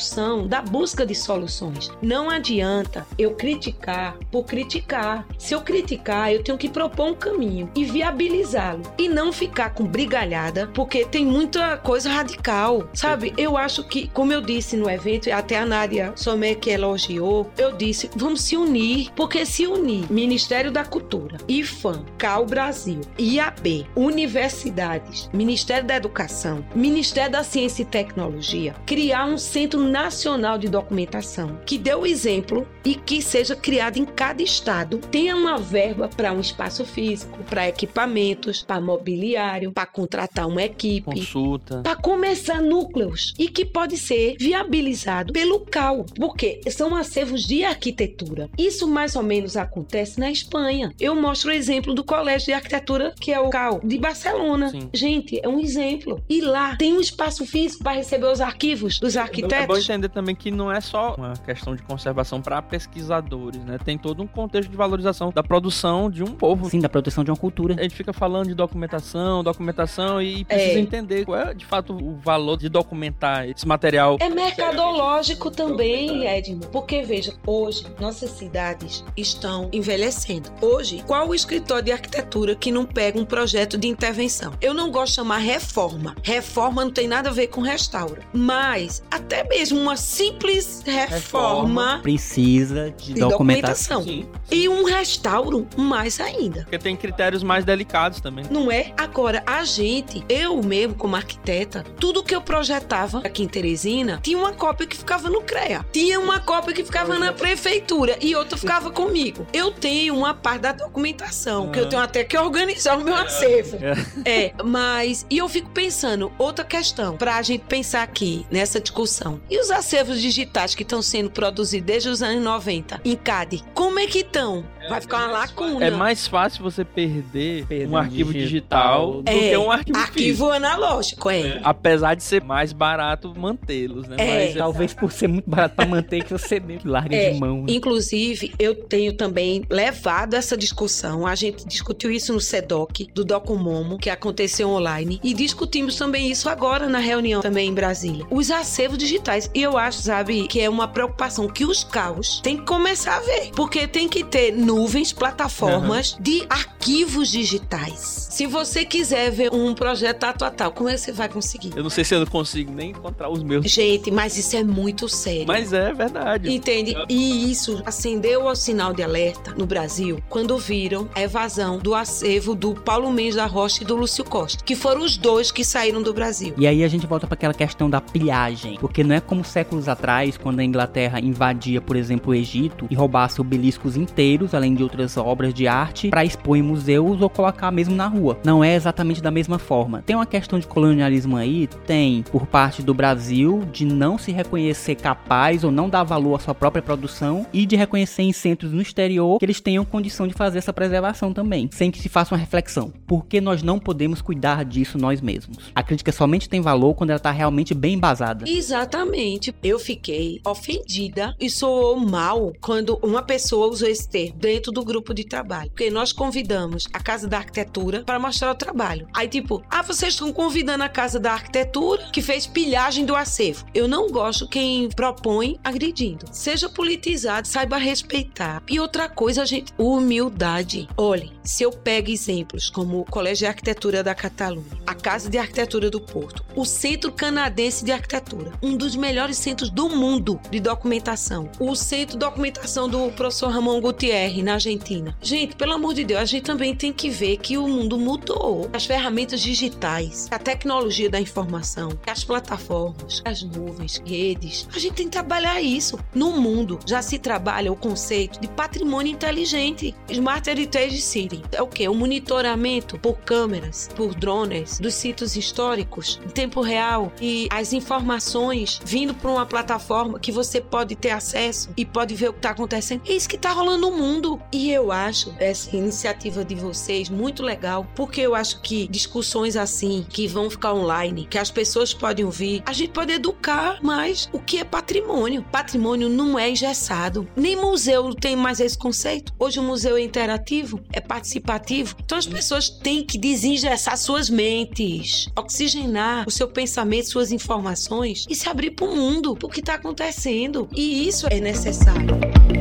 construção, da busca de soluções. Não adianta eu criticar por criticar. Se eu criticar, eu tenho que propor um caminho e viabilizá-lo. E não ficar com brigalhada, porque tem muita coisa radical, sabe? Eu acho que, como eu disse no evento, até a Nádia Somé que elogiou, eu disse, vamos se unir, porque se unir Ministério da Cultura, IFAM, CAU Brasil, IAB, universidades, Ministério da Educação, Ministério da Ciência e Tecnologia, criar um Centro Nacional de Documentação, que dê o exemplo e que seja criado em cada estado, tenha uma verba para um espaço físico, para equipamentos, para mobiliário, para contratar uma equipe, consulta, para começar núcleos e que pode ser viabilizado pelo CAU, porque são acervos de arquitetura. Isso mais ou menos acontece na Espanha. Eu mostro o exemplo do Colégio de Arquitetura, que é o CAU de Barcelona. Sim. Gente, é um exemplo. E lá tem um espaço físico para receber os arquivos dos arquitetos. É bom entender também que não é só uma questão de conservação para pesquisadores, né? Tem todo um contexto de valorização da produção de um povo. Sim, da proteção de uma cultura. A gente fica falando de documentação e precisa entender qual é, de fato, o valor de documentar esse material. É mercadológico também, Edmo. Porque, veja, hoje, nossas cidades estão envelhecendo. Hoje, qual o escritório de arquitetura que não pega um projeto de intervenção? Eu não gosto de chamar reforma. Reforma não tem nada a ver com restauro. Mas, até mesmo uma simples reforma precisa de documentação. Sim. E um restauro, mais ainda. Porque tem critérios mais delicados também. Não é? Agora, eu mesmo, como arquiteta, tudo que eu projetava aqui em Teresina, tinha uma cópia que ficava no CREA. Tinha uma cópia que ficava na prefeitura e outra ficava comigo. Eu tenho uma parte da documentação, que eu tenho até que organizar o meu acervo. Mas... E eu fico pensando, outra questão, pra gente pensar aqui, nessa discussão. E os acervos digitais que estão sendo produzidos desde os anos 90, em CAD, como é que estão? Vai ficar uma lacuna. É mais fácil você perder um arquivo digital do que um arquivo analógico, Apesar de ser mais barato mantê-los, né? Mas talvez por ser muito barato para manter, que você meio que larga de mão. Né? Inclusive, eu tenho também levado essa discussão. A gente discutiu isso no CEDOC, do Docomomo, que aconteceu online. E discutimos também isso agora na reunião também em Brasília. Os acervos digitais. E eu acho, sabe, que é uma preocupação que os CAUs têm que começar a ver. Porque tem que ter nuvens, plataformas de arquivos digitais. Se você quiser ver um projeto atual, como é que você vai conseguir? Eu não sei se eu não consigo nem encontrar os meus. Gente, mas isso é muito sério. Mas é verdade. Entende? E isso acendeu o sinal de alerta no Brasil quando viram a evasão do acervo do Paulo Mendes da Rocha e do Lúcio Costa, que foram os dois que saíram do Brasil. E aí a gente volta para aquela questão da pilhagem, porque não é como séculos atrás, quando a Inglaterra invadia, por exemplo, o Egito e roubasse obeliscos inteiros, além de outras obras de arte, para expor em museus ou colocar mesmo na rua. Não é exatamente da mesma forma. Tem uma questão de colonialismo aí? Tem, por parte do Brasil, de não se reconhecer capaz ou não dar valor à sua própria produção e de reconhecer em centros no exterior que eles tenham condição de fazer essa preservação também, sem que se faça uma reflexão. Por que nós não podemos cuidar disso nós mesmos? A crítica somente tem valor quando ela está realmente bem embasada. Exatamente. Eu fiquei ofendida e soou mal quando uma pessoa usou esse termo dentro do grupo de trabalho. Porque nós convidamos a Casa da Arquitetura para mostrar o trabalho. Aí tipo, vocês estão convidando a Casa da Arquitetura que fez pilhagem do acervo. Eu não gosto quem propõe agredindo. Seja politizado, saiba respeitar. E outra coisa, gente, humildade. Olhem, se eu pego exemplos como o Colégio de Arquitetura da Catalunha, a Casa de Arquitetura do Porto, o Centro Canadense de Arquitetura, um dos melhores centros do mundo de documentação, o Centro de Documentação do professor Ramon Gutierrez, na Argentina. Gente, pelo amor de Deus, a gente também tem que ver que o mundo mudou. As ferramentas digitais, a tecnologia da informação, as plataformas, as nuvens, redes, a gente tem que trabalhar isso. No mundo, já se trabalha o conceito de patrimônio inteligente. Smart Heritage City é o quê? O monitoramento por câmeras, por drones, dos sítios históricos, em tempo real, e as informações vindo para uma plataforma que você pode ter acesso e pode ver o que está acontecendo. É isso que está rolando no mundo. E eu acho essa iniciativa de vocês muito legal, porque eu acho que discussões assim, que vão ficar online, que as pessoas podem ouvir, a gente pode educar mais o que é patrimônio. Patrimônio não é engessado. Nem museu tem mais esse conceito. Hoje o museu é interativo, é participativo. participativo. Então as pessoas têm que desengessar suas mentes, oxigenar o seu pensamento, suas informações e se abrir para o mundo, para o que está acontecendo. E isso é necessário.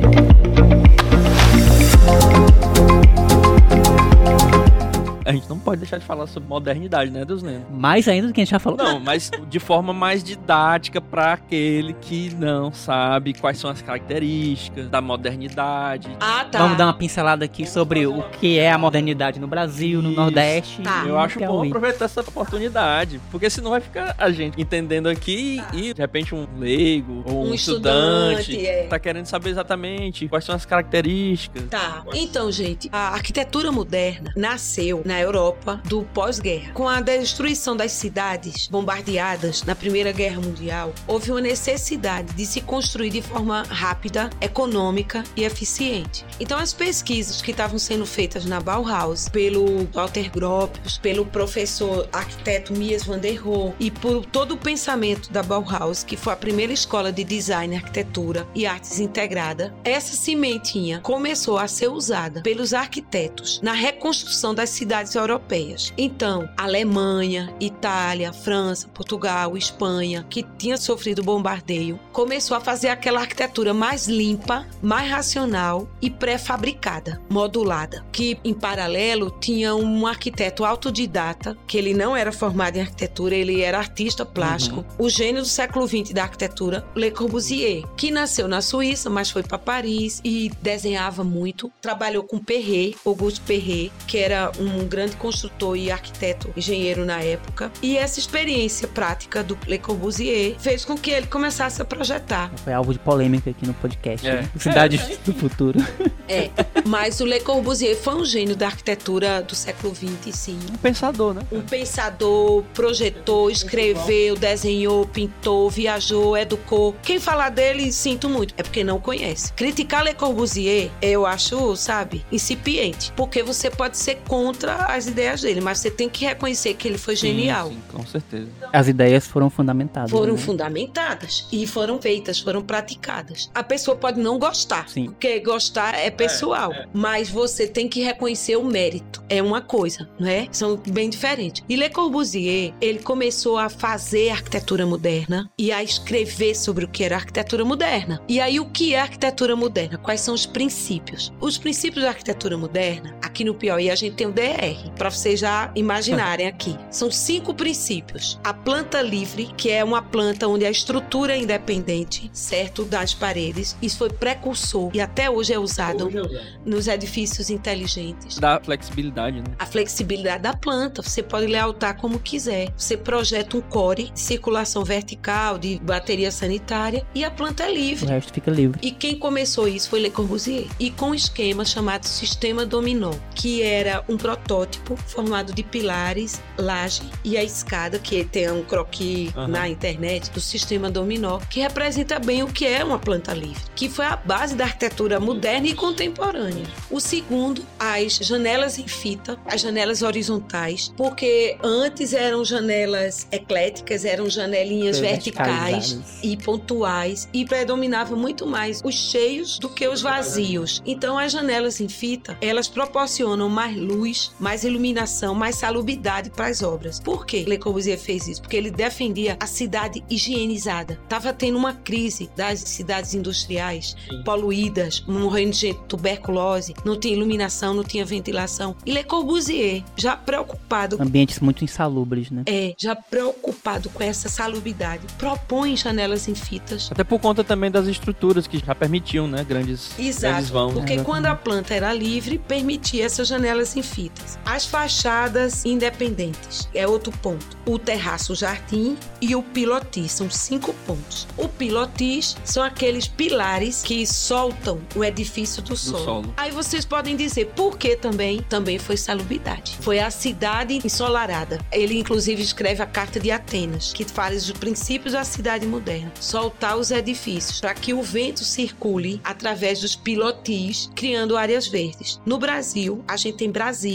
A gente não pode deixar de falar sobre modernidade, né, Deusneno? Mais ainda do que a gente já falou. Não, mas de forma mais didática para aquele que não sabe quais são as características da modernidade. Ah, tá. Vamos dar uma pincelada aqui sobre o que é a modernidade no Brasil, no Nordeste. Tá. Eu acho bom Piauí. aproveitar essa oportunidade, porque senão vai ficar a gente entendendo aqui e de repente um leigo ou um estudante tá querendo saber exatamente quais são as características. Tá. Então, gente, a arquitetura moderna nasceu na Europa do pós-guerra. Com a destruição das cidades bombardeadas na Primeira Guerra Mundial, houve uma necessidade de se construir de forma rápida, econômica e eficiente. Então, as pesquisas que estavam sendo feitas na Bauhaus pelo Walter Gropius, pelo professor arquiteto Mies van der Rohe e por todo o pensamento da Bauhaus, que foi a primeira escola de design, arquitetura e artes integrada, essa cimentinha começou a ser usada pelos arquitetos na reconstrução das cidades europeias. Então, Alemanha, Itália, França, Portugal, Espanha, que tinha sofrido bombardeio, começou a fazer aquela arquitetura mais limpa, mais racional e pré-fabricada, modulada, que em paralelo tinha um arquiteto autodidata, que ele não era formado em arquitetura, ele era artista plástico, o gênio do século XX da arquitetura, Le Corbusier, que nasceu na Suíça, mas foi para Paris e desenhava muito, trabalhou com Perret, Auguste Perret, que era um grande construtor e arquiteto, engenheiro na época, e essa experiência prática do Le Corbusier fez com que ele começasse a projetar. Foi alvo de polêmica aqui no podcast, né? Cidades do Futuro. Mas o Le Corbusier foi um gênio da arquitetura do século XX, sim. Um pensador, né? Um pensador, projetou, escreveu, desenhou, pintou, viajou, educou. Quem falar dele, sinto muito, é porque não conhece. Criticar Le Corbusier, eu acho, sabe, incipiente, porque você pode ser contra as ideias dele, mas você tem que reconhecer que ele foi genial. Sim, com certeza. As ideias foram fundamentadas. Foram né? fundamentadas e foram feitas, foram praticadas. A pessoa pode não gostar, Sim. porque gostar é pessoal, mas você tem que reconhecer o mérito. É uma coisa, não é? São bem diferentes. E Le Corbusier, ele começou a fazer arquitetura moderna e a escrever sobre o que era arquitetura moderna. E aí, o que é arquitetura moderna? Quais são os princípios? Os princípios da arquitetura moderna, aqui no Piauí, a gente tem o DR, para vocês já imaginarem aqui. São 5 princípios. A planta livre, que é uma planta onde a estrutura é independente, certo, das paredes. Isso foi precursor e até hoje é usado nos edifícios inteligentes. Da flexibilidade, né? A flexibilidade da planta, você pode layoutar como quiser. Você projeta um core de circulação vertical, de bateria sanitária, e a planta é O livre. resto fica livre. E quem começou isso foi Le Corbusier. E com um esquema chamado Sistema Dominó, que era um protótipo formado de pilares, laje e a escada, que tem um croquis na internet, do Sistema Dominó, que representa bem o que é uma planta livre, que foi a base da arquitetura moderna e contemporânea. O segundo, as janelas em fita, as janelas horizontais, porque antes eram janelas ecléticas, eram janelinhas verticais e pontuais, e predominava muito mais os cheios do que os vazios. Então, as janelas em fita, elas proporcionam mais luz, mais iluminação, mais salubridade para as obras. Por que Le Corbusier fez isso? Porque ele defendia a cidade higienizada. Estava tendo uma crise das cidades industriais, poluídas, morrendo de gente, tuberculose, não tinha iluminação, não tinha ventilação. E Le Corbusier, já preocupado... Ambientes muito insalubres, né? já preocupado com essa salubridade, propõe janelas em fitas. Até por conta também das estruturas que já permitiam, né, grandes vãos. Porque quando a planta era livre, permitia essas janelas em fitas. As fachadas independentes é outro ponto. O terraço, o jardim e o pilotis são 5 pontos. O pilotis são aqueles pilares que soltam o edifício do solo. Aí vocês podem dizer, por que também? Também foi salubridade. Foi a cidade ensolarada. Ele, inclusive, escreve a Carta de Atenas, que fala dos princípios da cidade moderna. Soltar os edifícios para que o vento circule através dos pilotis, criando áreas verdes. No Brasil, a gente tem Brasília, as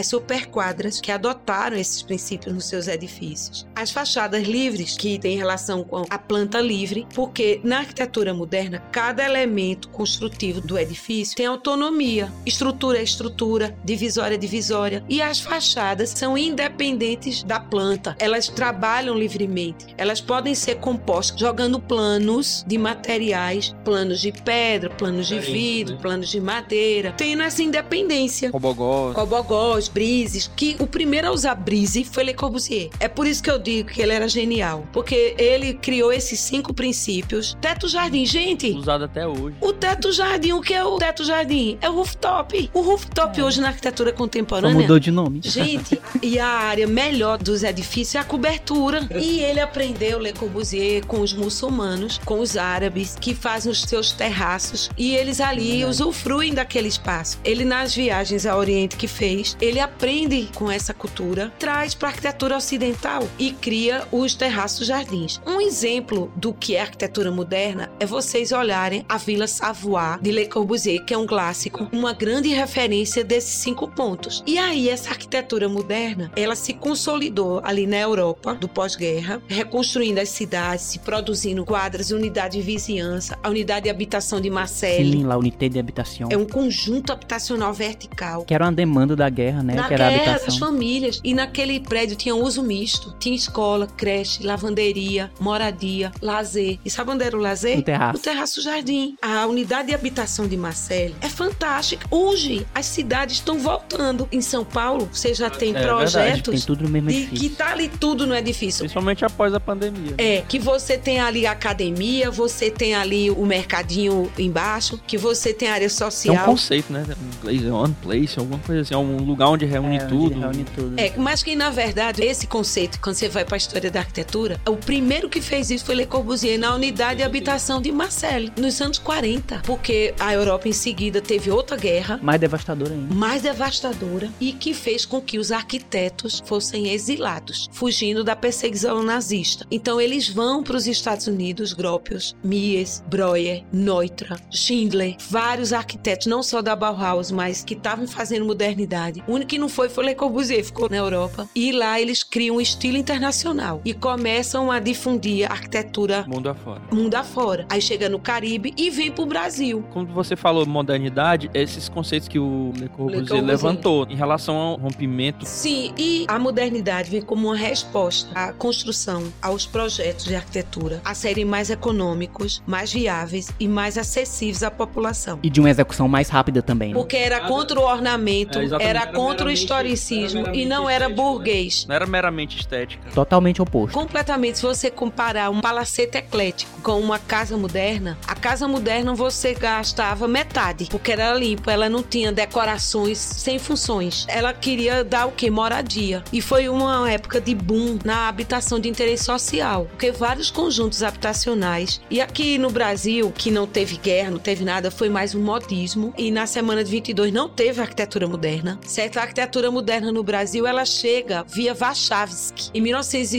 superquadras que adotaram esses princípios nos seus edifícios. As fachadas livres, que tem relação com a planta livre, porque na arquitetura moderna, cada elemento construtivo do edifício tem autonomia. Estrutura é estrutura, divisória é divisória. E as fachadas são independentes da planta. Elas trabalham livremente. Elas podem ser compostas jogando planos de materiais, planos de pedra, planos de vidro, planos de madeira. Tendo essa independência. Cobogós, brises, que o primeiro a usar brise foi Le Corbusier. É por isso que eu digo que ele era genial, porque ele criou esses 5 princípios. Teto-jardim, gente. Usado até hoje. O teto-jardim, o que é o teto-jardim? É o rooftop. O rooftop hoje na arquitetura contemporânea... Só mudou de nome. Gente, e a área melhor dos edifícios é a cobertura. E ele aprendeu, Le Corbusier, com os muçulmanos, com os árabes, que fazem os seus terraços, e eles ali usufruem daquele espaço. Ele, nas viagens ao Oriente que fez, ele aprende com essa cultura, traz para a arquitetura ocidental e cria os terraços-jardins. Um exemplo do que é arquitetura moderna é vocês olharem a Vila Savoie de Le Corbusier, que é um clássico, uma grande referência desses 5 pontos. E aí, essa arquitetura moderna, ela se consolidou ali na Europa do pós-guerra, reconstruindo as cidades, se produzindo quadras, unidade de vizinhança, a unidade de habitação de Marseille. Sim, lá, unidade de habitação. É um conjunto habitacional vertical. Que era uma demanda da guerra, né? Da que era guerra, a habitação das famílias. E naquele prédio tinha uso misto. Tinha escola, creche, lavanderia, moradia, lazer. E sabe onde era o lazer? O terraço. O terraço-jardim. A unidade de habitação de Marseille é fantástica. Hoje, as cidades estão voltando. Em São Paulo, você já tem projetos tem tudo no mesmo de edifício. que tá ali tudo no edifício. Principalmente após a pandemia. É, que você tem ali a academia, você tem ali o mercadinho embaixo, que você tem a área social. É um conceito, né? One place, alguma coisa assim. É um lugar onde reúne tudo. Onde reúne tudo. É, mas que na verdade, esse conceito, quando você vai para a história da arquitetura, o primeiro que fez isso foi Le Corbusier na unidade de habitação de Marseille, nos anos 40. Porque a Europa em seguida teve outra guerra. Mais devastadora ainda. Mais devastadora, e que fez com que os arquitetos fossem exilados, fugindo da perseguição nazista. Então eles vão para os Estados Unidos, Gropius, Mies, Breuer, Neutra, Schindler, vários arquitetos, não só da Bauhaus, mas que estavam fazendo modernidade. O único que não foi Le Corbusier, ficou na Europa. E lá eles criam um estilo internacional e começam a difundir a arquitetura mundo afora. Mundo afora. Aí chega no Caribe e vem pro Brasil. Quando você falou modernidade, esses conceitos que o Le Corbusier levantou em relação ao rompimento. Sim, e a modernidade vem como uma resposta à construção, aos projetos de arquitetura, a serem mais econômicos, mais viáveis e mais acessíveis à população. E de uma execução mais rápida também, né? Porque era contra o ornamento, era contra o historicismo e não era burguês. Não era meramente estética. Totalmente oposto. Completamente. Se você comparar um palacete eclético com uma casa moderna, a casa moderna você gastava metade, porque era limpo, ela não tinha decorações sem funções. Ela queria dar o quê? Moradia. E foi uma época de boom na habitação de interesse social, porque vários conjuntos habitacionais, e aqui no Brasil, que não teve guerra, não teve nada, foi mais um modismo, e na semana de 22 não teve arquitetura moderna, certo? A arquitetura moderna no Brasil, ela chega via Warszawski. Em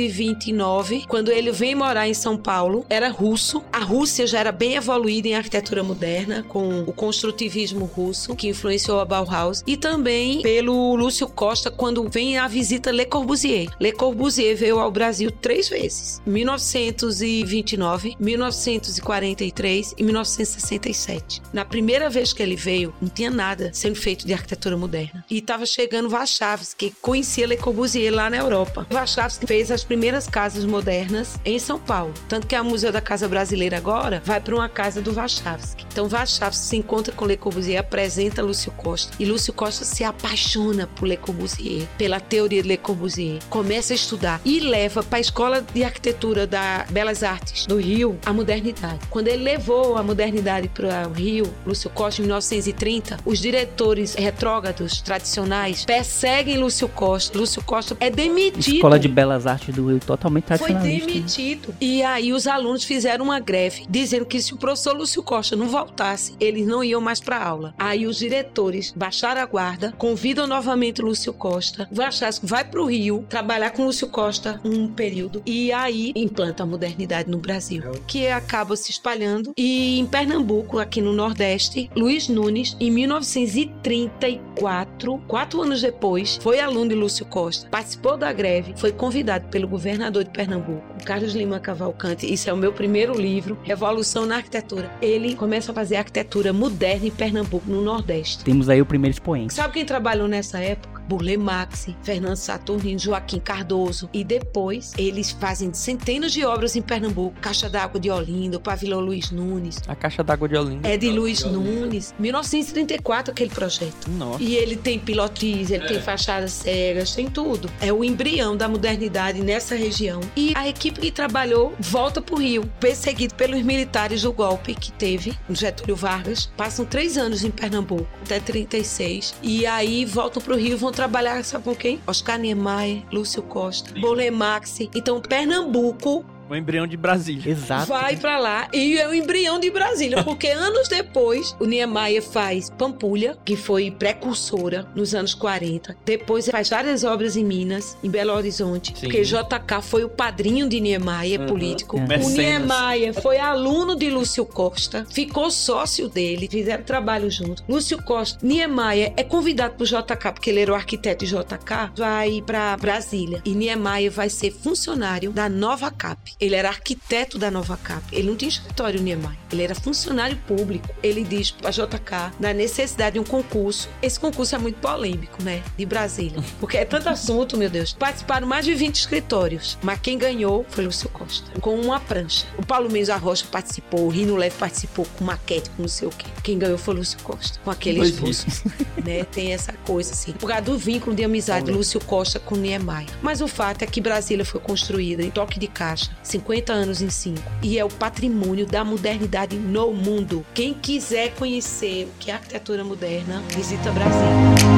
1929, quando ele vem morar em São Paulo, era russo. A Rússia já era bem evoluída em arquitetura moderna, com o construtivismo russo, que influenciou a Bauhaus, e também pelo Lúcio Costa, quando vem a visita Le Corbusier. Le Corbusier veio ao Brasil 3 vezes. 1929, 1943 e 1967. Na primeira vez que ele veio, não tinha nada sendo feito de arquitetura moderna. E estava chegando Warszawski, que conhecia Le Corbusier lá na Europa. Warszawski fez as primeiras casas modernas em São Paulo. Tanto que a Museu da Casa Brasileira agora vai para uma casa do Warszawski. Então Warszawski se encontra com Le Corbusier, apresenta Lúcio Costa. E Lúcio Costa se apaixona por Le Corbusier, pela teoria de Le Corbusier. Começa a estudar e leva para a Escola de Arquitetura da Belas Artes do Rio a modernidade. Quando ele levou a modernidade para o Rio, Lúcio Costa, em 1930, os diretores retrógrados tradicionais perseguem Lúcio Costa. Lúcio Costa é demitido. Escola de Belas Artes do Rio, totalmente foi tradicionalista. demitido. E aí os alunos fizeram uma greve, dizendo que se o professor Lúcio Costa não voltasse, eles não iam mais para aula. Aí os diretores baixaram a guarda, convidam novamente Lúcio Costa, vai para o Rio trabalhar com Lúcio Costa um período e aí implanta a modernidade no Brasil, que acaba se espalhando. E em Pernambuco, aqui no Nordeste, Luiz Nunes, em 1934, 4 4 anos depois, foi aluno de Lúcio Costa, participou da greve, foi convidado pelo governador de Pernambuco, Carlos Lima Cavalcante. Isso é o meu primeiro livro, Revolução na Arquitetura. Ele começa a fazer arquitetura moderna em Pernambuco, no Nordeste. Temos aí o primeiro expoente. Sabe quem trabalhou nessa época? Burle Marx, Fernando Saturnino, Joaquim Cardoso. E depois, eles fazem centenas de obras em Pernambuco. Caixa d'Água de Olinda, o Pavilhão Luiz Nunes. A Caixa d'Água de Olinda. É de Luiz Nunes. 1934, aquele projeto. Nossa. E ele tem pilotis, ele tem fachadas cegas, tem tudo. É o embrião da modernidade nessa região. E a equipe que trabalhou volta pro Rio, perseguido pelos militares do golpe que teve no Getúlio Vargas. Passam 3 anos em Pernambuco, até 36. E aí voltam pro Rio e vão trabalhar, sabe com quem? Oscar Niemeyer, Lúcio Costa, Burle Marx. Então, Pernambuco O embrião de Brasília. Exato. vai pra lá e é o embrião de Brasília, porque anos depois o Niemeyer faz Pampulha, que foi precursora nos anos 40. Depois faz várias obras em Minas, em Belo Horizonte, Sim. porque JK foi o padrinho de Niemeyer, político. O Mecenas. Niemeyer foi aluno de Lúcio Costa, ficou sócio dele, fizeram trabalho junto. Lúcio Costa, Niemeyer é convidado pro JK, porque ele era o arquiteto de JK, vai pra Brasília. E Niemeyer vai ser funcionário da Nova Cap. Ele era arquiteto da Nova Cap. Ele não tinha escritório, Niemeyer. Ele era funcionário público. Ele diz pra JK da necessidade de um concurso. Esse concurso é muito polêmico, né? De Brasília. Porque é tanto assunto, meu Deus. Participaram mais de 20 escritórios. Mas quem ganhou foi Lúcio Costa. Com uma prancha. O Paulo Mendes da Rocha participou. O Rino Leve participou com maquete, com não sei o quê. Quem ganhou foi Lúcio Costa. Com aquele esforço. Né? Tem essa coisa assim. Por causa do vínculo de amizade de Lúcio Costa com Niemeyer. Mas o fato é que Brasília foi construída em toque de caixa. 50 anos em 5. E é o patrimônio da modernidade no mundo. Quem quiser conhecer o que é arquitetura moderna, visita Brasília.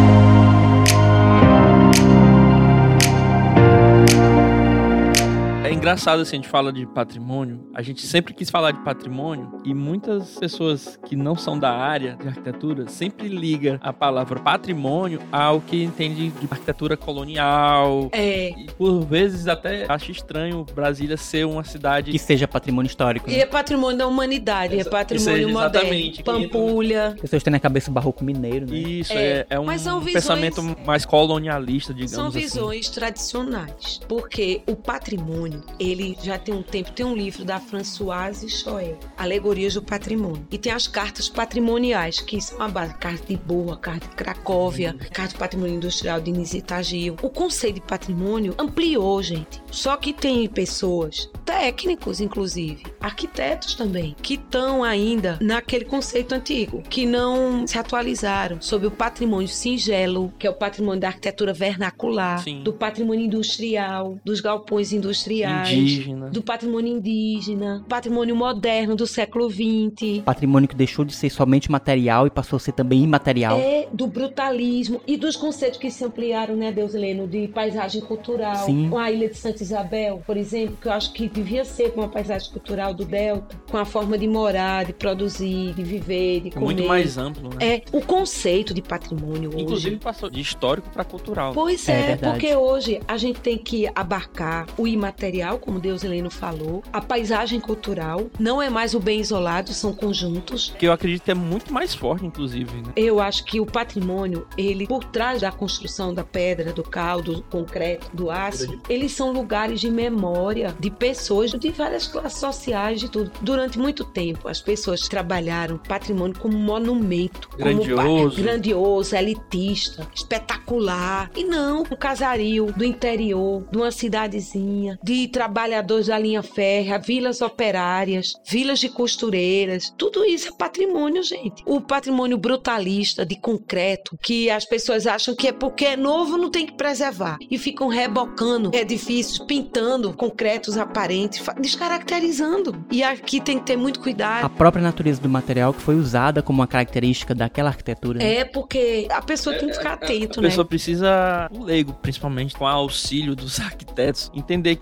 É engraçado, assim, a gente fala de patrimônio. A gente sempre quis falar de patrimônio e muitas pessoas que não são da área de arquitetura sempre ligam a palavra patrimônio ao que entende de arquitetura colonial. E por vezes até acho estranho Brasília ser uma cidade Que seja patrimônio histórico. E é patrimônio da humanidade, é patrimônio seja moderno. exatamente, Pampulha. As pessoas têm na cabeça o barroco mineiro, né? Isso, É, é um mas são visões- pensamento mais colonialista, digamos São assim. visões tradicionais, porque o patrimônio, ele já tem um tempo, tem um livro da Françoise Choel, Alegorias do Patrimônio, e tem as cartas patrimoniais, que são a base, carta de Boa, carta de Cracóvia, carta de patrimônio industrial de Inizita Gil. O conceito de patrimônio ampliou, gente, só que tem pessoas, técnicos inclusive, arquitetos também, que estão ainda naquele conceito antigo, que não se atualizaram sobre o patrimônio singelo, que é o patrimônio da arquitetura vernacular, Sim. do patrimônio industrial, dos galpões industriais, Indígena. do patrimônio indígena, patrimônio moderno do século XX, Patrimônio que deixou de ser somente material e passou a ser também imaterial. do brutalismo e dos conceitos que se ampliaram, né, Deus Heleno, de paisagem cultural. Sim. Com a Ilha de Santa Isabel, por exemplo, que eu acho que devia ser com a paisagem cultural do Delta, com a forma de morar, de produzir, de viver, de É comer. muito mais amplo, né? O conceito de patrimônio hoje. Inclusive passou de histórico para cultural. Pois É é, verdade. porque hoje a gente tem que abarcar o imaterial, como Deus Heleno falou, a paisagem cultural, não é mais o bem isolado, são conjuntos. Que eu acredito que é muito mais forte, inclusive, né? Eu acho que o patrimônio, ele, por trás da construção da pedra, do cal, do concreto, do aço, eles são lugares de memória de pessoas de várias classes sociais, de tudo. Durante muito tempo, as pessoas trabalharam patrimônio como monumento. Grandioso. Como grandioso, elitista, espetacular. E não um casario do interior, de uma cidadezinha, de trabalhadores da linha férrea, vilas operárias, vilas de costureiras. Tudo isso é patrimônio, gente. O patrimônio brutalista, de concreto, que as pessoas acham que é porque é novo, não tem que preservar. E ficam rebocando edifícios, pintando concretos aparentes, descaracterizando. E aqui tem que ter muito cuidado. A própria natureza do material que foi usada como uma característica daquela arquitetura. né? É porque a pessoa tem que ficar atento, A né? pessoa precisa, o leigo, principalmente com o auxílio dos arquitetos, entender que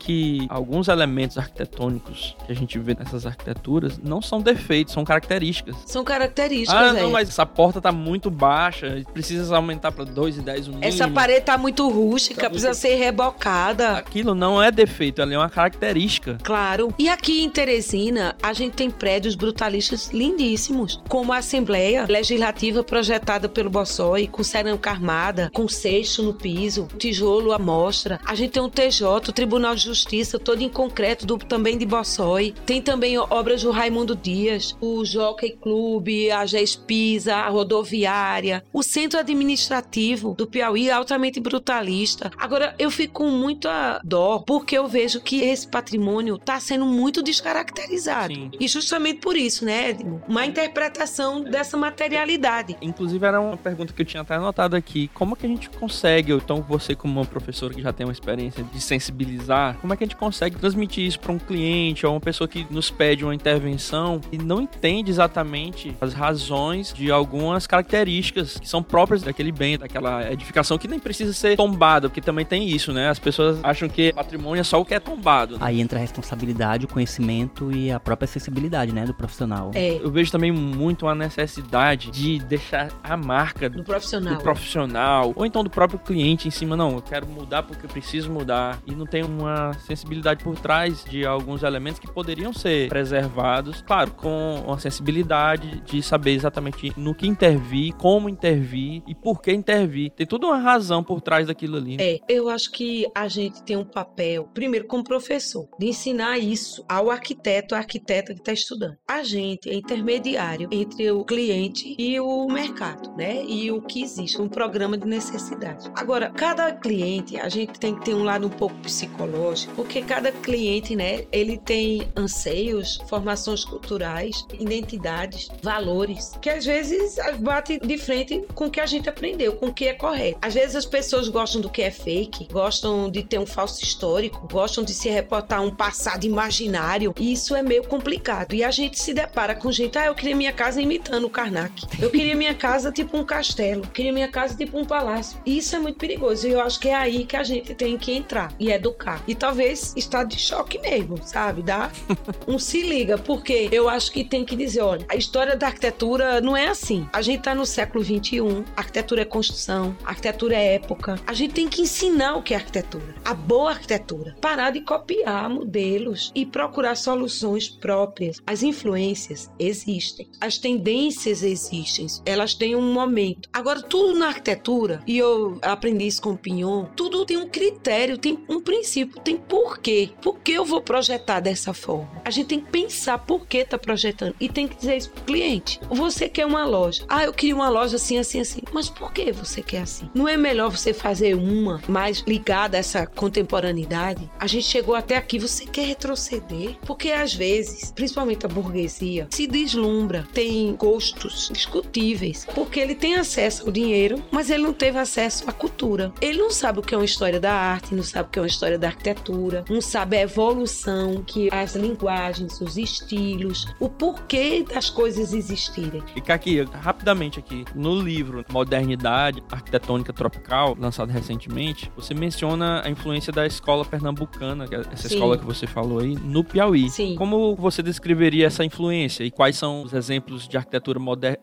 alguns elementos arquitetônicos que a gente vê nessas arquiteturas não são defeitos, são características. São características, não, mas essa porta tá muito baixa, precisa aumentar pra 2,10 o mínimo. Essa parede tá muito rústica, precisa ser rebocada. Aquilo não é defeito, ali é uma característica. Claro. E aqui em Teresina, a gente tem prédios brutalistas lindíssimos, como a Assembleia Legislativa projetada pelo Bossói, com cerâmica armada, com cesto no piso, tijolo à mostra. A gente tem um TJ, o Tribunal de Justiça, todo em concreto, também de Bossói. Tem também obras do Raimundo Dias, o Jockey Club, a GESPISA, a rodoviária, o Centro Administrativo do Piauí, altamente brutalista. Agora, eu fico com muita dó, porque eu vejo que esse patrimônio está sendo muito descaracterizado. Sim. E justamente por isso, né, Edmo? Uma interpretação dessa materialidade. Inclusive, era uma pergunta que eu tinha até anotado aqui. Como que a gente consegue, então você como uma professora que já tem uma experiência de sensibilizar, como é que a gente consegue transmitir isso para um cliente ou uma pessoa que nos pede uma intervenção e não entende exatamente as razões de algumas características que são próprias daquele bem, daquela edificação, que nem precisa ser tombada, porque também tem isso, né? As pessoas acham que patrimônio é só o que é tombado, né? Aí entra a responsabilidade, o conhecimento e a própria acessibilidade, né, do profissional. Eu vejo também muito a necessidade de deixar a marca do profissional, ou então do próprio cliente em cima. Não, eu quero mudar porque eu preciso mudar, e não tem uma sensibilidade por trás de alguns elementos que poderiam ser preservados, claro, com uma sensibilidade de saber exatamente no que intervir, como intervir e por que intervir. Tem toda uma razão por trás daquilo ali. Eu acho que a gente tem um papel, primeiro como professor, de ensinar isso ao arquiteto, à arquiteta que está estudando. A gente é intermediário entre o cliente e o mercado, né? E o que existe, um programa de necessidade. Agora, cada cliente, a gente tem que ter um lado um pouco psicológico, porque cada cliente, né, ele tem anseios, formações culturais, identidades, valores, que às vezes bate de frente com o que a gente aprendeu, com o que é correto. Às vezes as pessoas gostam do que é fake, gostam de ter um falso histórico, gostam de se reportar um passado imaginário, e isso é meio complicado. E a gente se depara com gente, eu queria minha casa imitando o Karnak. Eu queria minha casa tipo um castelo, eu queria minha casa tipo um palácio. E isso é muito perigoso, e eu acho que é aí que a gente tem que entrar e educar. E talvez estado de choque mesmo, sabe? Dá um se liga, porque eu acho que tem que dizer, olha, a história da arquitetura não é assim. A gente tá no século XXI, a arquitetura é construção, a arquitetura é época. A gente tem que ensinar o que é arquitetura, a boa arquitetura. Parar de copiar modelos e procurar soluções próprias. As influências existem, as tendências existem, elas têm um momento. Agora, tudo na arquitetura, e eu aprendi isso com o Pignon, tudo tem um critério, tem um princípio, tem porquê. Por que eu vou projetar dessa forma? A gente tem que pensar por que tá projetando e tem que dizer isso pro cliente. Você quer uma loja. Eu queria uma loja assim, assim, assim. Mas por que você quer assim? Não é melhor você fazer uma mais ligada a essa contemporaneidade? A gente chegou até aqui, você quer retroceder? Porque às vezes, principalmente a burguesia, se deslumbra, tem gostos discutíveis, porque ele tem acesso ao dinheiro, mas ele não teve acesso à cultura. Ele não sabe o que é uma história da arte, não sabe o que é uma história da arquitetura, não sabe a evolução, que as linguagens, os estilos, o porquê das coisas existirem. Fica aqui, rapidamente aqui, no livro Modernidade Arquitetônica Tropical, lançado recentemente, você menciona a influência da escola pernambucana, que é essa Sim. escola que você falou aí, no Piauí. Sim. Como você descreveria essa influência e quais são os exemplos de arquitetura moderna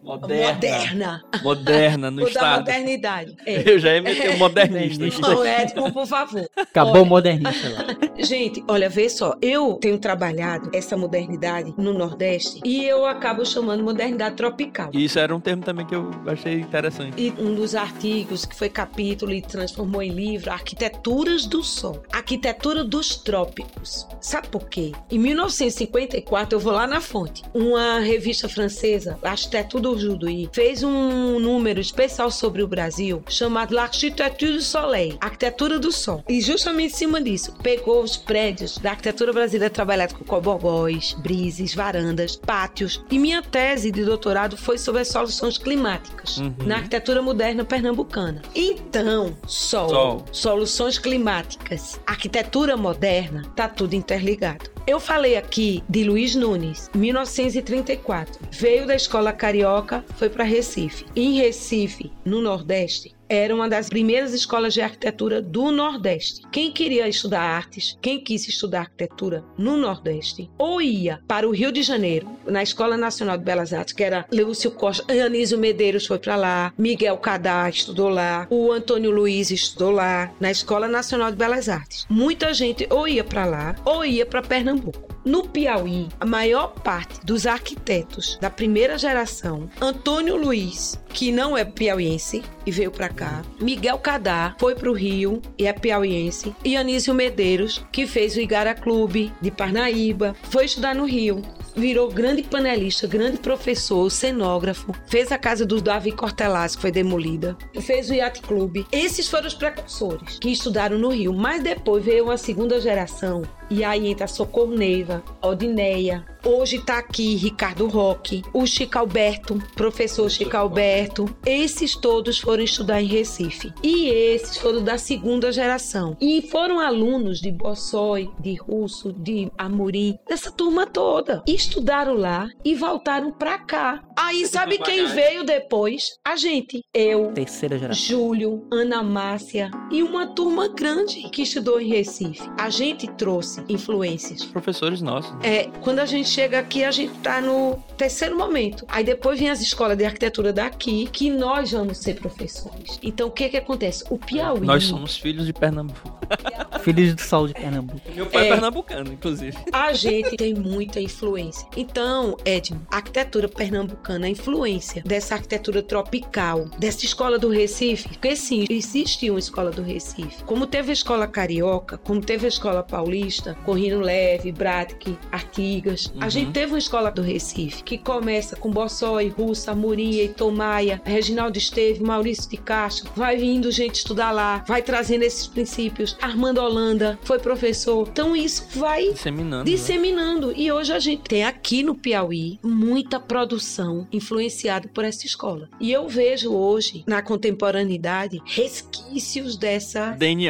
no Ou estado? da modernidade. Eu já ia meter o modernista. Não, Edmo, por favor. Acabou o modernista lá. Gente, olha, vê só, eu tenho trabalhado essa modernidade no Nordeste e eu acabo chamando modernidade tropical. Isso era um termo também que eu achei interessante. E um dos artigos que foi capítulo e transformou em livro, Arquiteturas do Sol, Arquitetura dos Trópicos. Sabe por quê? Em 1954, eu vou lá na fonte, uma revista francesa, Arquitetura do Juduí, fez um número especial sobre o Brasil chamado L'Architecture du Soleil, Arquitetura do Sol. E justamente em cima disso, pegou os prédios da arquitetura brasileira trabalhada com cobogóis, brises, varandas, pátios. E minha tese de doutorado foi sobre as soluções climáticas na arquitetura moderna pernambucana. Então, soluções climáticas, arquitetura moderna, tá tudo interligado. Eu falei aqui de Luiz Nunes, 1934. Veio da escola carioca, foi para Recife. Em Recife, no Nordeste, era uma das primeiras escolas de arquitetura do Nordeste. Quem queria estudar artes, quem quis estudar arquitetura no Nordeste, ou ia para o Rio de Janeiro, na Escola Nacional de Belas Artes, que era Lúcio Costa, Anísio Medeiros foi para lá, Miguel Cadá estudou lá, o Antônio Luiz estudou lá, na Escola Nacional de Belas Artes. Muita gente ou ia para lá, ou ia para Pernambuco. No Piauí, a maior parte dos arquitetos da primeira geração, Antônio Luiz, que não é piauiense e veio para cá, Miguel Cadá foi para o Rio e é piauiense, e Anísio Medeiros, que fez o Igara Clube de Parnaíba, foi estudar no Rio. Virou grande panelista, grande professor, cenógrafo, fez a casa do Davi Cortelazzi, que foi demolida, fez o Yacht Club. Esses foram os precursores que estudaram no Rio, mas depois veio uma segunda geração, e aí entra Socorro Neiva, Odineia, hoje tá aqui Ricardo Roque, o Chico Alberto, professor Chico Alberto. Esses todos foram estudar em Recife. E esses foram da segunda geração. E foram alunos de Bossói, de Russo, de Amorim, dessa turma toda. Estudaram lá e voltaram pra cá. Aí sabe quem veio depois? A gente. Eu, Terceira geração. Júlio, Ana Márcia e uma turma grande que estudou em Recife. A gente trouxe influências. Professores nossos. Quando a gente chega aqui, a gente tá no terceiro momento. Aí depois vem as escolas de arquitetura daqui, que nós vamos ser professores. Então, o que acontece? O Piauí... Nós somos filhos de Pernambuco. Filhos do Sol de Pernambuco. Meu pai é pernambucano, inclusive. A gente tem muita influência. Então, Edmo, a arquitetura pernambucana, a influência dessa arquitetura tropical, dessa escola do Recife, porque sim, existe uma escola do Recife. Como teve a escola carioca, como teve a escola paulista, Corrino Leve, Bradke, Artigas, a gente teve uma escola do Recife, que começa com Bossói, Russa, Amorim, Heitor Maia, Reginaldo Esteve, Maurício de Castro, vai vindo gente estudar lá, vai trazendo esses princípios. Armando Holanda foi professor. Então isso vai disseminando. E hoje a gente tem aqui no Piauí muita produção influenciada por essa escola. E eu vejo hoje, na contemporaneidade, resquícios dessa...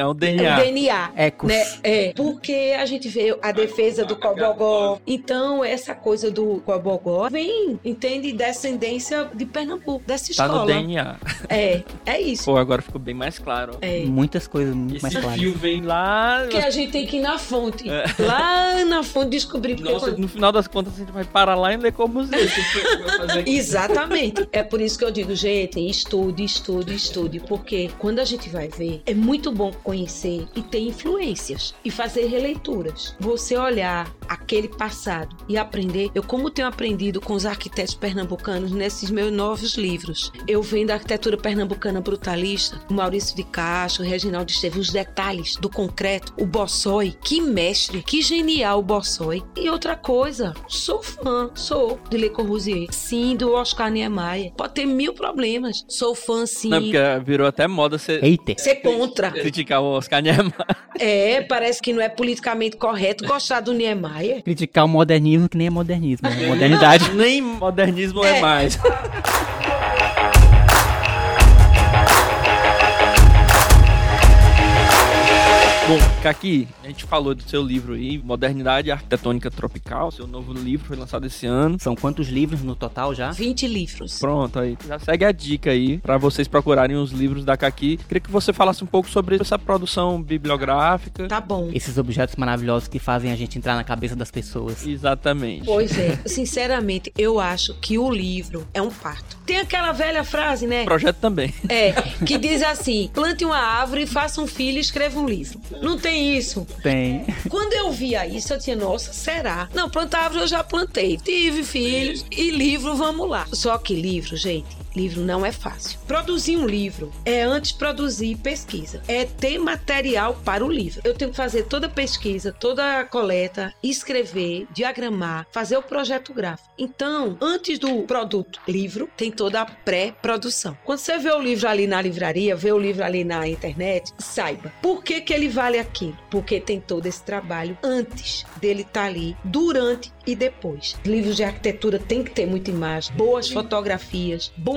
DNA. Ecos. Né? Porque a gente vê a defesa do Cobogó. Então, essa coisa do Cobogó vem, entende, descendência de Pernambuco, dessa escola. Tá no DNA. É isso. Pô, agora ficou bem mais claro. Muitas coisas muito mais claras. Esse fio vem lá... Porque a gente tem que ir na fonte. Lá na fonte descobrir... Nossa, no final das contas, a gente vai parar lá e ler como os Exatamente. É por isso que eu digo, gente, estude. Porque quando a gente vai ver, é muito bom conhecer e ter influências. E fazer releituras. Você olhar aquele passado e aprender. Eu, como tenho aprendido com os arquitetos pernambucanos nesses meus novos livros. Eu venho da arquitetura pernambucana brutalista, o Maurício de Castro, o Reginaldo Esteve, os detalhes do concreto, o Bossói. Que mestre, que genial o Bossói. E outra coisa, sou de Le Corbusier. Sim, do Oscar Niemeyer. Pode ter 1000 problemas. Sou fã, sim. Não, porque virou até moda ser contra. Criticar o Oscar Niemeyer. Parece que não é politicamente correto gostar do Niemeyer. Criticar o modernismo, que nem é modernismo, né? Modernidade. Nem modernismo é mais. Bom, Kaki, a gente falou do seu livro aí, Modernidade Arquitetônica Tropical, seu novo livro foi lançado esse ano. São quantos livros no total já? 20 livros. Pronto, aí já segue a dica aí pra vocês procurarem os livros da Kaki. Queria que você falasse um pouco sobre essa produção bibliográfica. Tá bom. Esses objetos maravilhosos que fazem a gente entrar na cabeça das pessoas. Exatamente. Pois é. Sinceramente, eu acho que o livro é um parto. Tem aquela velha frase, né? Projeto também. Que diz assim, plante uma árvore, faça um filho e escreva um livro. Não tem isso? Tem. Quando eu via isso, eu tinha, nossa, será? Não, plantar árvore eu já plantei. Tive filhos e livro, vamos lá. Só que livro, gente, livro não é fácil. Produzir um livro é antes produzir pesquisa. É ter material para o livro. Eu tenho que fazer toda a pesquisa, toda a coleta, escrever, diagramar, fazer o projeto gráfico. Então, antes do produto livro, tem toda a pré-produção. Quando você vê o livro ali na livraria, vê o livro ali na internet, saiba por que ele vale aquilo. Porque tem todo esse trabalho antes dele estar ali, durante e depois. Livros de arquitetura tem que ter muita imagem, boas fotografias, bons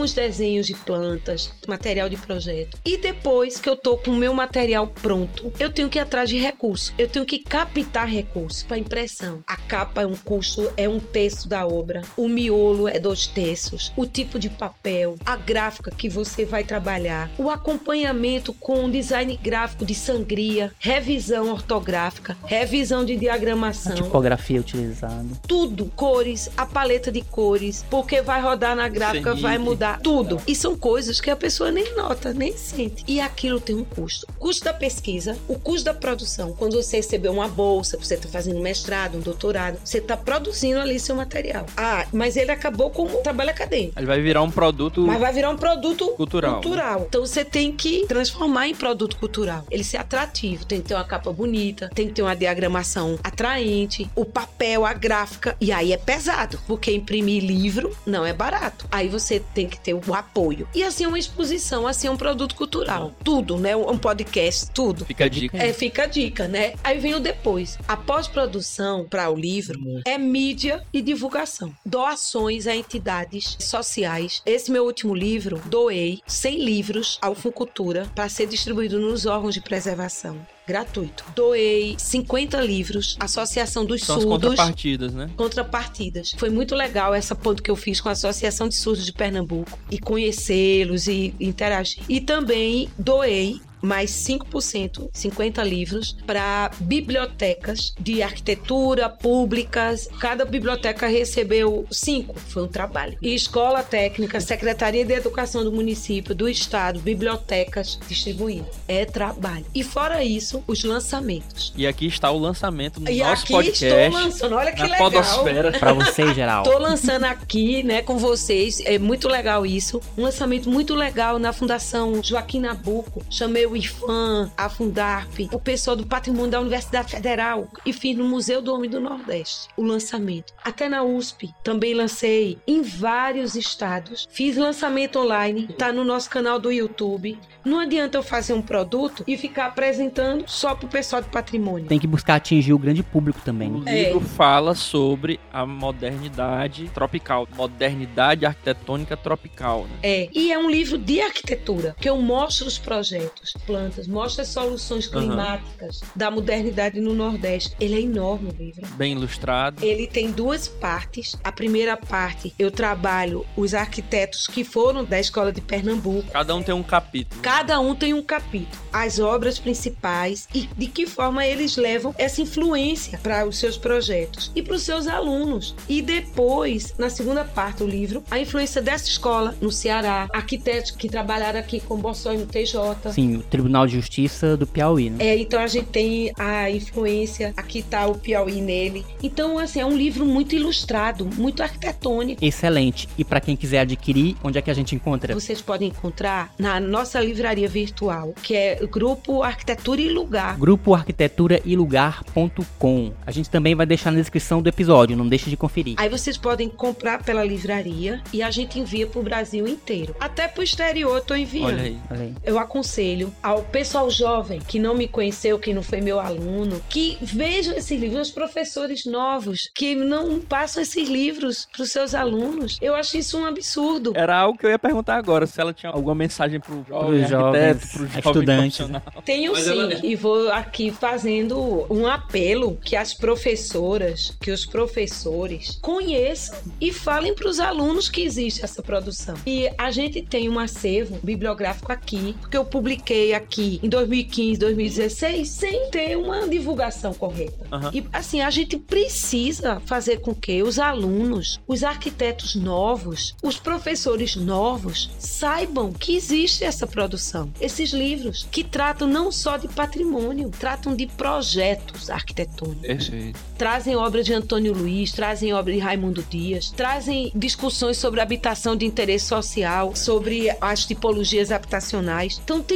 os desenhos de plantas, material de projeto. E depois que eu tô com o meu material pronto, eu tenho que ir atrás de recursos. Eu tenho que captar recursos para impressão. A capa é um custo, é 1/3 da obra. O miolo é 2/3. O tipo de papel, a gráfica que você vai trabalhar, o acompanhamento com design gráfico de sangria, revisão ortográfica, revisão de diagramação. A tipografia utilizada. Tudo. Cores, a paleta de cores, porque vai rodar na gráfica, vai mudar. Tudo. E são coisas que a pessoa nem nota, nem sente. E aquilo tem um custo. O custo da pesquisa, o custo da produção. Quando você recebeu uma bolsa, você está fazendo um mestrado, um doutorado, você está produzindo ali seu material. Ah, mas ele acabou com o trabalho acadêmico. Ele vai virar um produto... Mas vai virar um produto cultural. Então você tem que transformar em produto cultural. Ele ser atrativo. Tem que ter uma capa bonita, tem que ter uma diagramação atraente, o papel, a gráfica. E aí é pesado, porque imprimir livro não é barato. Aí você tem que ter o apoio. E assim uma exposição, assim um produto cultural. Tudo, né? Um podcast, tudo. Fica a dica. Fica a dica, né? Aí vem o depois. A pós-produção para o livro é mídia e divulgação. Doações a entidades sociais. Esse meu último livro, doei 100 livros ao Funcultura para ser distribuído nos órgãos de preservação. Gratuito. Doei 50 livros, Associação dos Surdos. São as contrapartidas, né? Contrapartidas. Foi muito legal essa ponto que eu fiz com a Associação de Surdos de Pernambuco e conhecê-los e interagir. E também doei mais 5%, 50 livros, para bibliotecas de arquitetura públicas. Cada biblioteca recebeu 5. Foi um trabalho. E escola técnica, Secretaria de Educação do município, do estado, bibliotecas distribuindo. É trabalho. E fora isso, os lançamentos. E aqui está o lançamento no e nosso aqui podcast. Estou lançando, olha que na legal. Podosfera. Pra você, geral. Estou lançando aqui, né, com vocês. É muito legal isso. Um lançamento muito legal na Fundação Joaquim Nabuco. Chamei o IFAM, a Fundarp, o pessoal do Patrimônio da Universidade Federal e fiz no Museu do Homem do Nordeste o lançamento. Até na USP também lancei em vários estados. Fiz lançamento online, tá no nosso canal do YouTube. Não adianta eu fazer um produto e ficar apresentando só pro pessoal do patrimônio. Tem que buscar atingir o grande público também. O livro fala sobre a modernidade tropical, modernidade arquitetônica tropical, né? E é um livro de arquitetura, que eu mostro os projetos, plantas, mostro as soluções climáticas da modernidade no Nordeste. Ele é enorme, o livro. Bem ilustrado. Ele tem 2 partes. A primeira parte, eu trabalho os arquitetos que foram da Escola de Pernambuco. Cada um tem um capítulo. Cada um tem um capítulo. As obras principais e de que forma eles levam essa influência para os seus projetos e para os seus alunos. E depois, na segunda parte do livro, a influência dessa escola no Ceará, arquitetos que trabalharam aqui com Bossói no TJ. Sim, o Tribunal de Justiça do Piauí, né? Então a gente tem a influência, aqui tá o Piauí nele. Então, assim, é um livro muito ilustrado, muito arquitetônico. Excelente. E para quem quiser adquirir, onde é que a gente encontra? Vocês podem encontrar na nossa livraria virtual, que é Grupo Arquitetura e Lugar. Grupo Arquitetura e Lugar.com. A gente também vai deixar na descrição do episódio, não deixe de conferir. Aí vocês podem comprar pela livraria e a gente envia pro Brasil inteiro. Até pro exterior eu tô enviando. Olha aí. Eu aconselho ao pessoal jovem que não me conheceu, que não foi meu aluno, que vejam esses livros, os professores novos, que não passam esses livros pros seus alunos. Eu acho isso um absurdo. Era algo que eu ia perguntar agora, se ela tinha alguma mensagem pro jovem arquiteto, pro jovem estudantes. Tenho sim, e vou aqui fazendo um apelo que as professoras, que os professores conheçam e falem para os alunos que existe essa produção. E a gente tem um acervo bibliográfico aqui, porque eu publiquei aqui em 2015, 2016, sem ter uma divulgação correta. E assim, a gente precisa fazer com que os alunos, os arquitetos novos, os professores novos saibam que existe essa produção. Esses livros que tratam não só de patrimônio, tratam de projetos arquitetônicos. Perfeito. Trazem obra de Antônio Luiz, trazem obra de Raimundo Dias, trazem discussões sobre habitação de interesse social, sobre as tipologias habitacionais. Então tem muita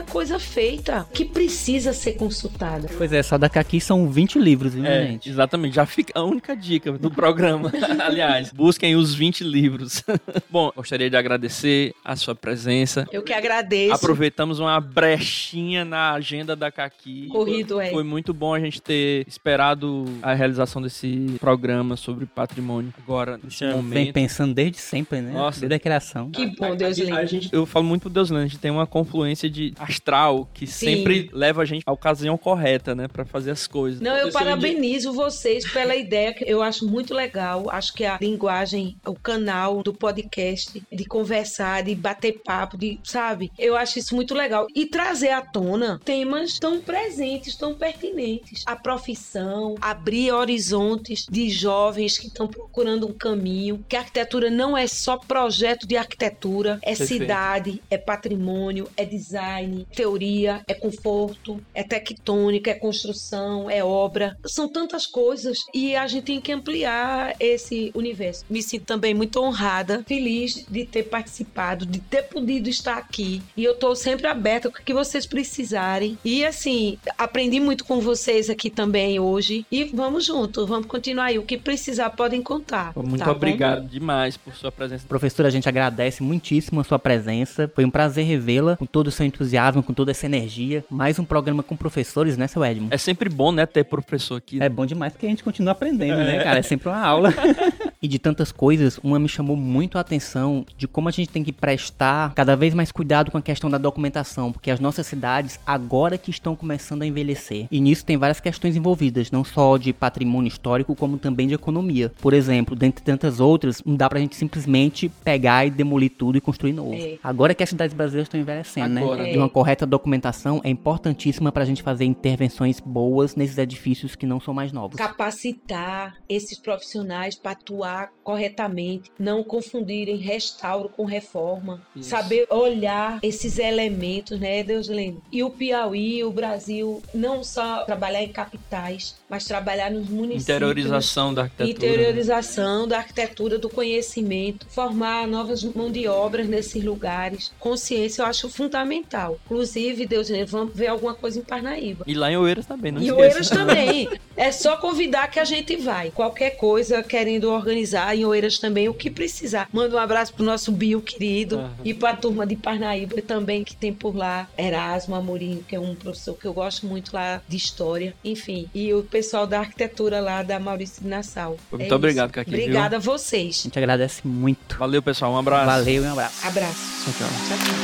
coisa feita que precisa ser consultada. Pois é, só da Caqui são 20 livros, viu, gente? Exatamente. Já fica a única dica do programa. Aliás, busquem os 20 livros. Bom, gostaria de agradecer a sua presença. Eu que agradeço. Aproveitamos uma brechinha na agenda da Caqui. Corrido, Foi muito bom a gente ter esperado a realização desse programa sobre patrimônio agora, nesse momento. Vem pensando desde sempre, né? Nossa. Desde a criação. Que bom, Deus lindo. Eu falo muito pro Deus lindo, a gente tem uma confluência de astral que sempre leva a gente à ocasião correta, né? Pra fazer as coisas. Não, eu parabenizo vocês pela ideia, que eu acho muito legal. Acho que a linguagem, o canal do podcast, de conversar, de bater papo, sabe? Eu acho isso muito legal. E trazer à tona temas tão presentes, tão pertinentes. A profissão, abrir horizontes de jovens que estão procurando um caminho. Que a arquitetura não é só projeto de arquitetura, é cidade, é patrimônio, é design, teoria, é conforto, é tectônica, é construção, é obra. São tantas coisas e a gente tem que ampliar esse universo. Me sinto também muito honrada, feliz de ter participado, de ter podido estar aqui. E eu tô sempre aberta com o que vocês precisarem. E assim, aprendi muito com vocês aqui também hoje. E vamos junto, vamos continuar aí. O que precisar podem contar. Muito obrigado demais por sua presença. Professora, a gente agradece muitíssimo a sua presença. Foi um prazer revê-la com todo o seu entusiasmo, com toda essa energia. Mais um programa com professores, né, seu Edmo? É sempre bom, né, ter professor aqui. É bom demais porque a gente continua aprendendo, né, cara? É sempre uma aula. E de tantas coisas, uma me chamou muito a atenção de como a gente tem que prestar cada vez mais cuidado com a questão da documentação, porque as nossas cidades agora que estão começando a envelhecer. E nisso tem várias questões envolvidas, não só de patrimônio histórico, como também de economia. Por exemplo, dentre tantas outras, não dá pra gente simplesmente pegar e demolir tudo e construir novo. Agora que as cidades brasileiras estão envelhecendo, né? De uma correta documentação é importantíssima pra gente fazer intervenções boas nesses edifícios que não são mais novos. Capacitar esses profissionais para atuar corretamente, não confundirem restauro com reforma, saber olhar esses elementos, né, Deus lindo. E o Piauí, o Brasil, não só trabalhar em capitais, mas trabalhar nos municípios. Interiorização da arquitetura. Interiorização da arquitetura, do conhecimento, formar novas mão de obras nesses lugares. Consciência eu acho fundamental. Inclusive, Deus lindo, vamos ver alguma coisa em Parnaíba. E lá em Oeiras também, não esqueça. Em Oeiras também. É só convidar que a gente vai. Qualquer coisa querendo organizar em Oeiras também, o que precisar. Manda um abraço pro nosso Bio querido e pra turma de Parnaíba também que tem por lá. Erasmo Amorim, que é um professor que eu gosto muito lá de história. Enfim, e o pessoal da arquitetura lá da Maurício de Nassau. Muito obrigado, Caqui. Obrigada a vocês. A gente agradece muito. Valeu, pessoal. Um abraço. Valeu e um abraço. Abraço. Tchau, tchau. Tchau, tchau.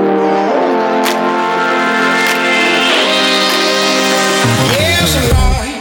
Yes, Lord.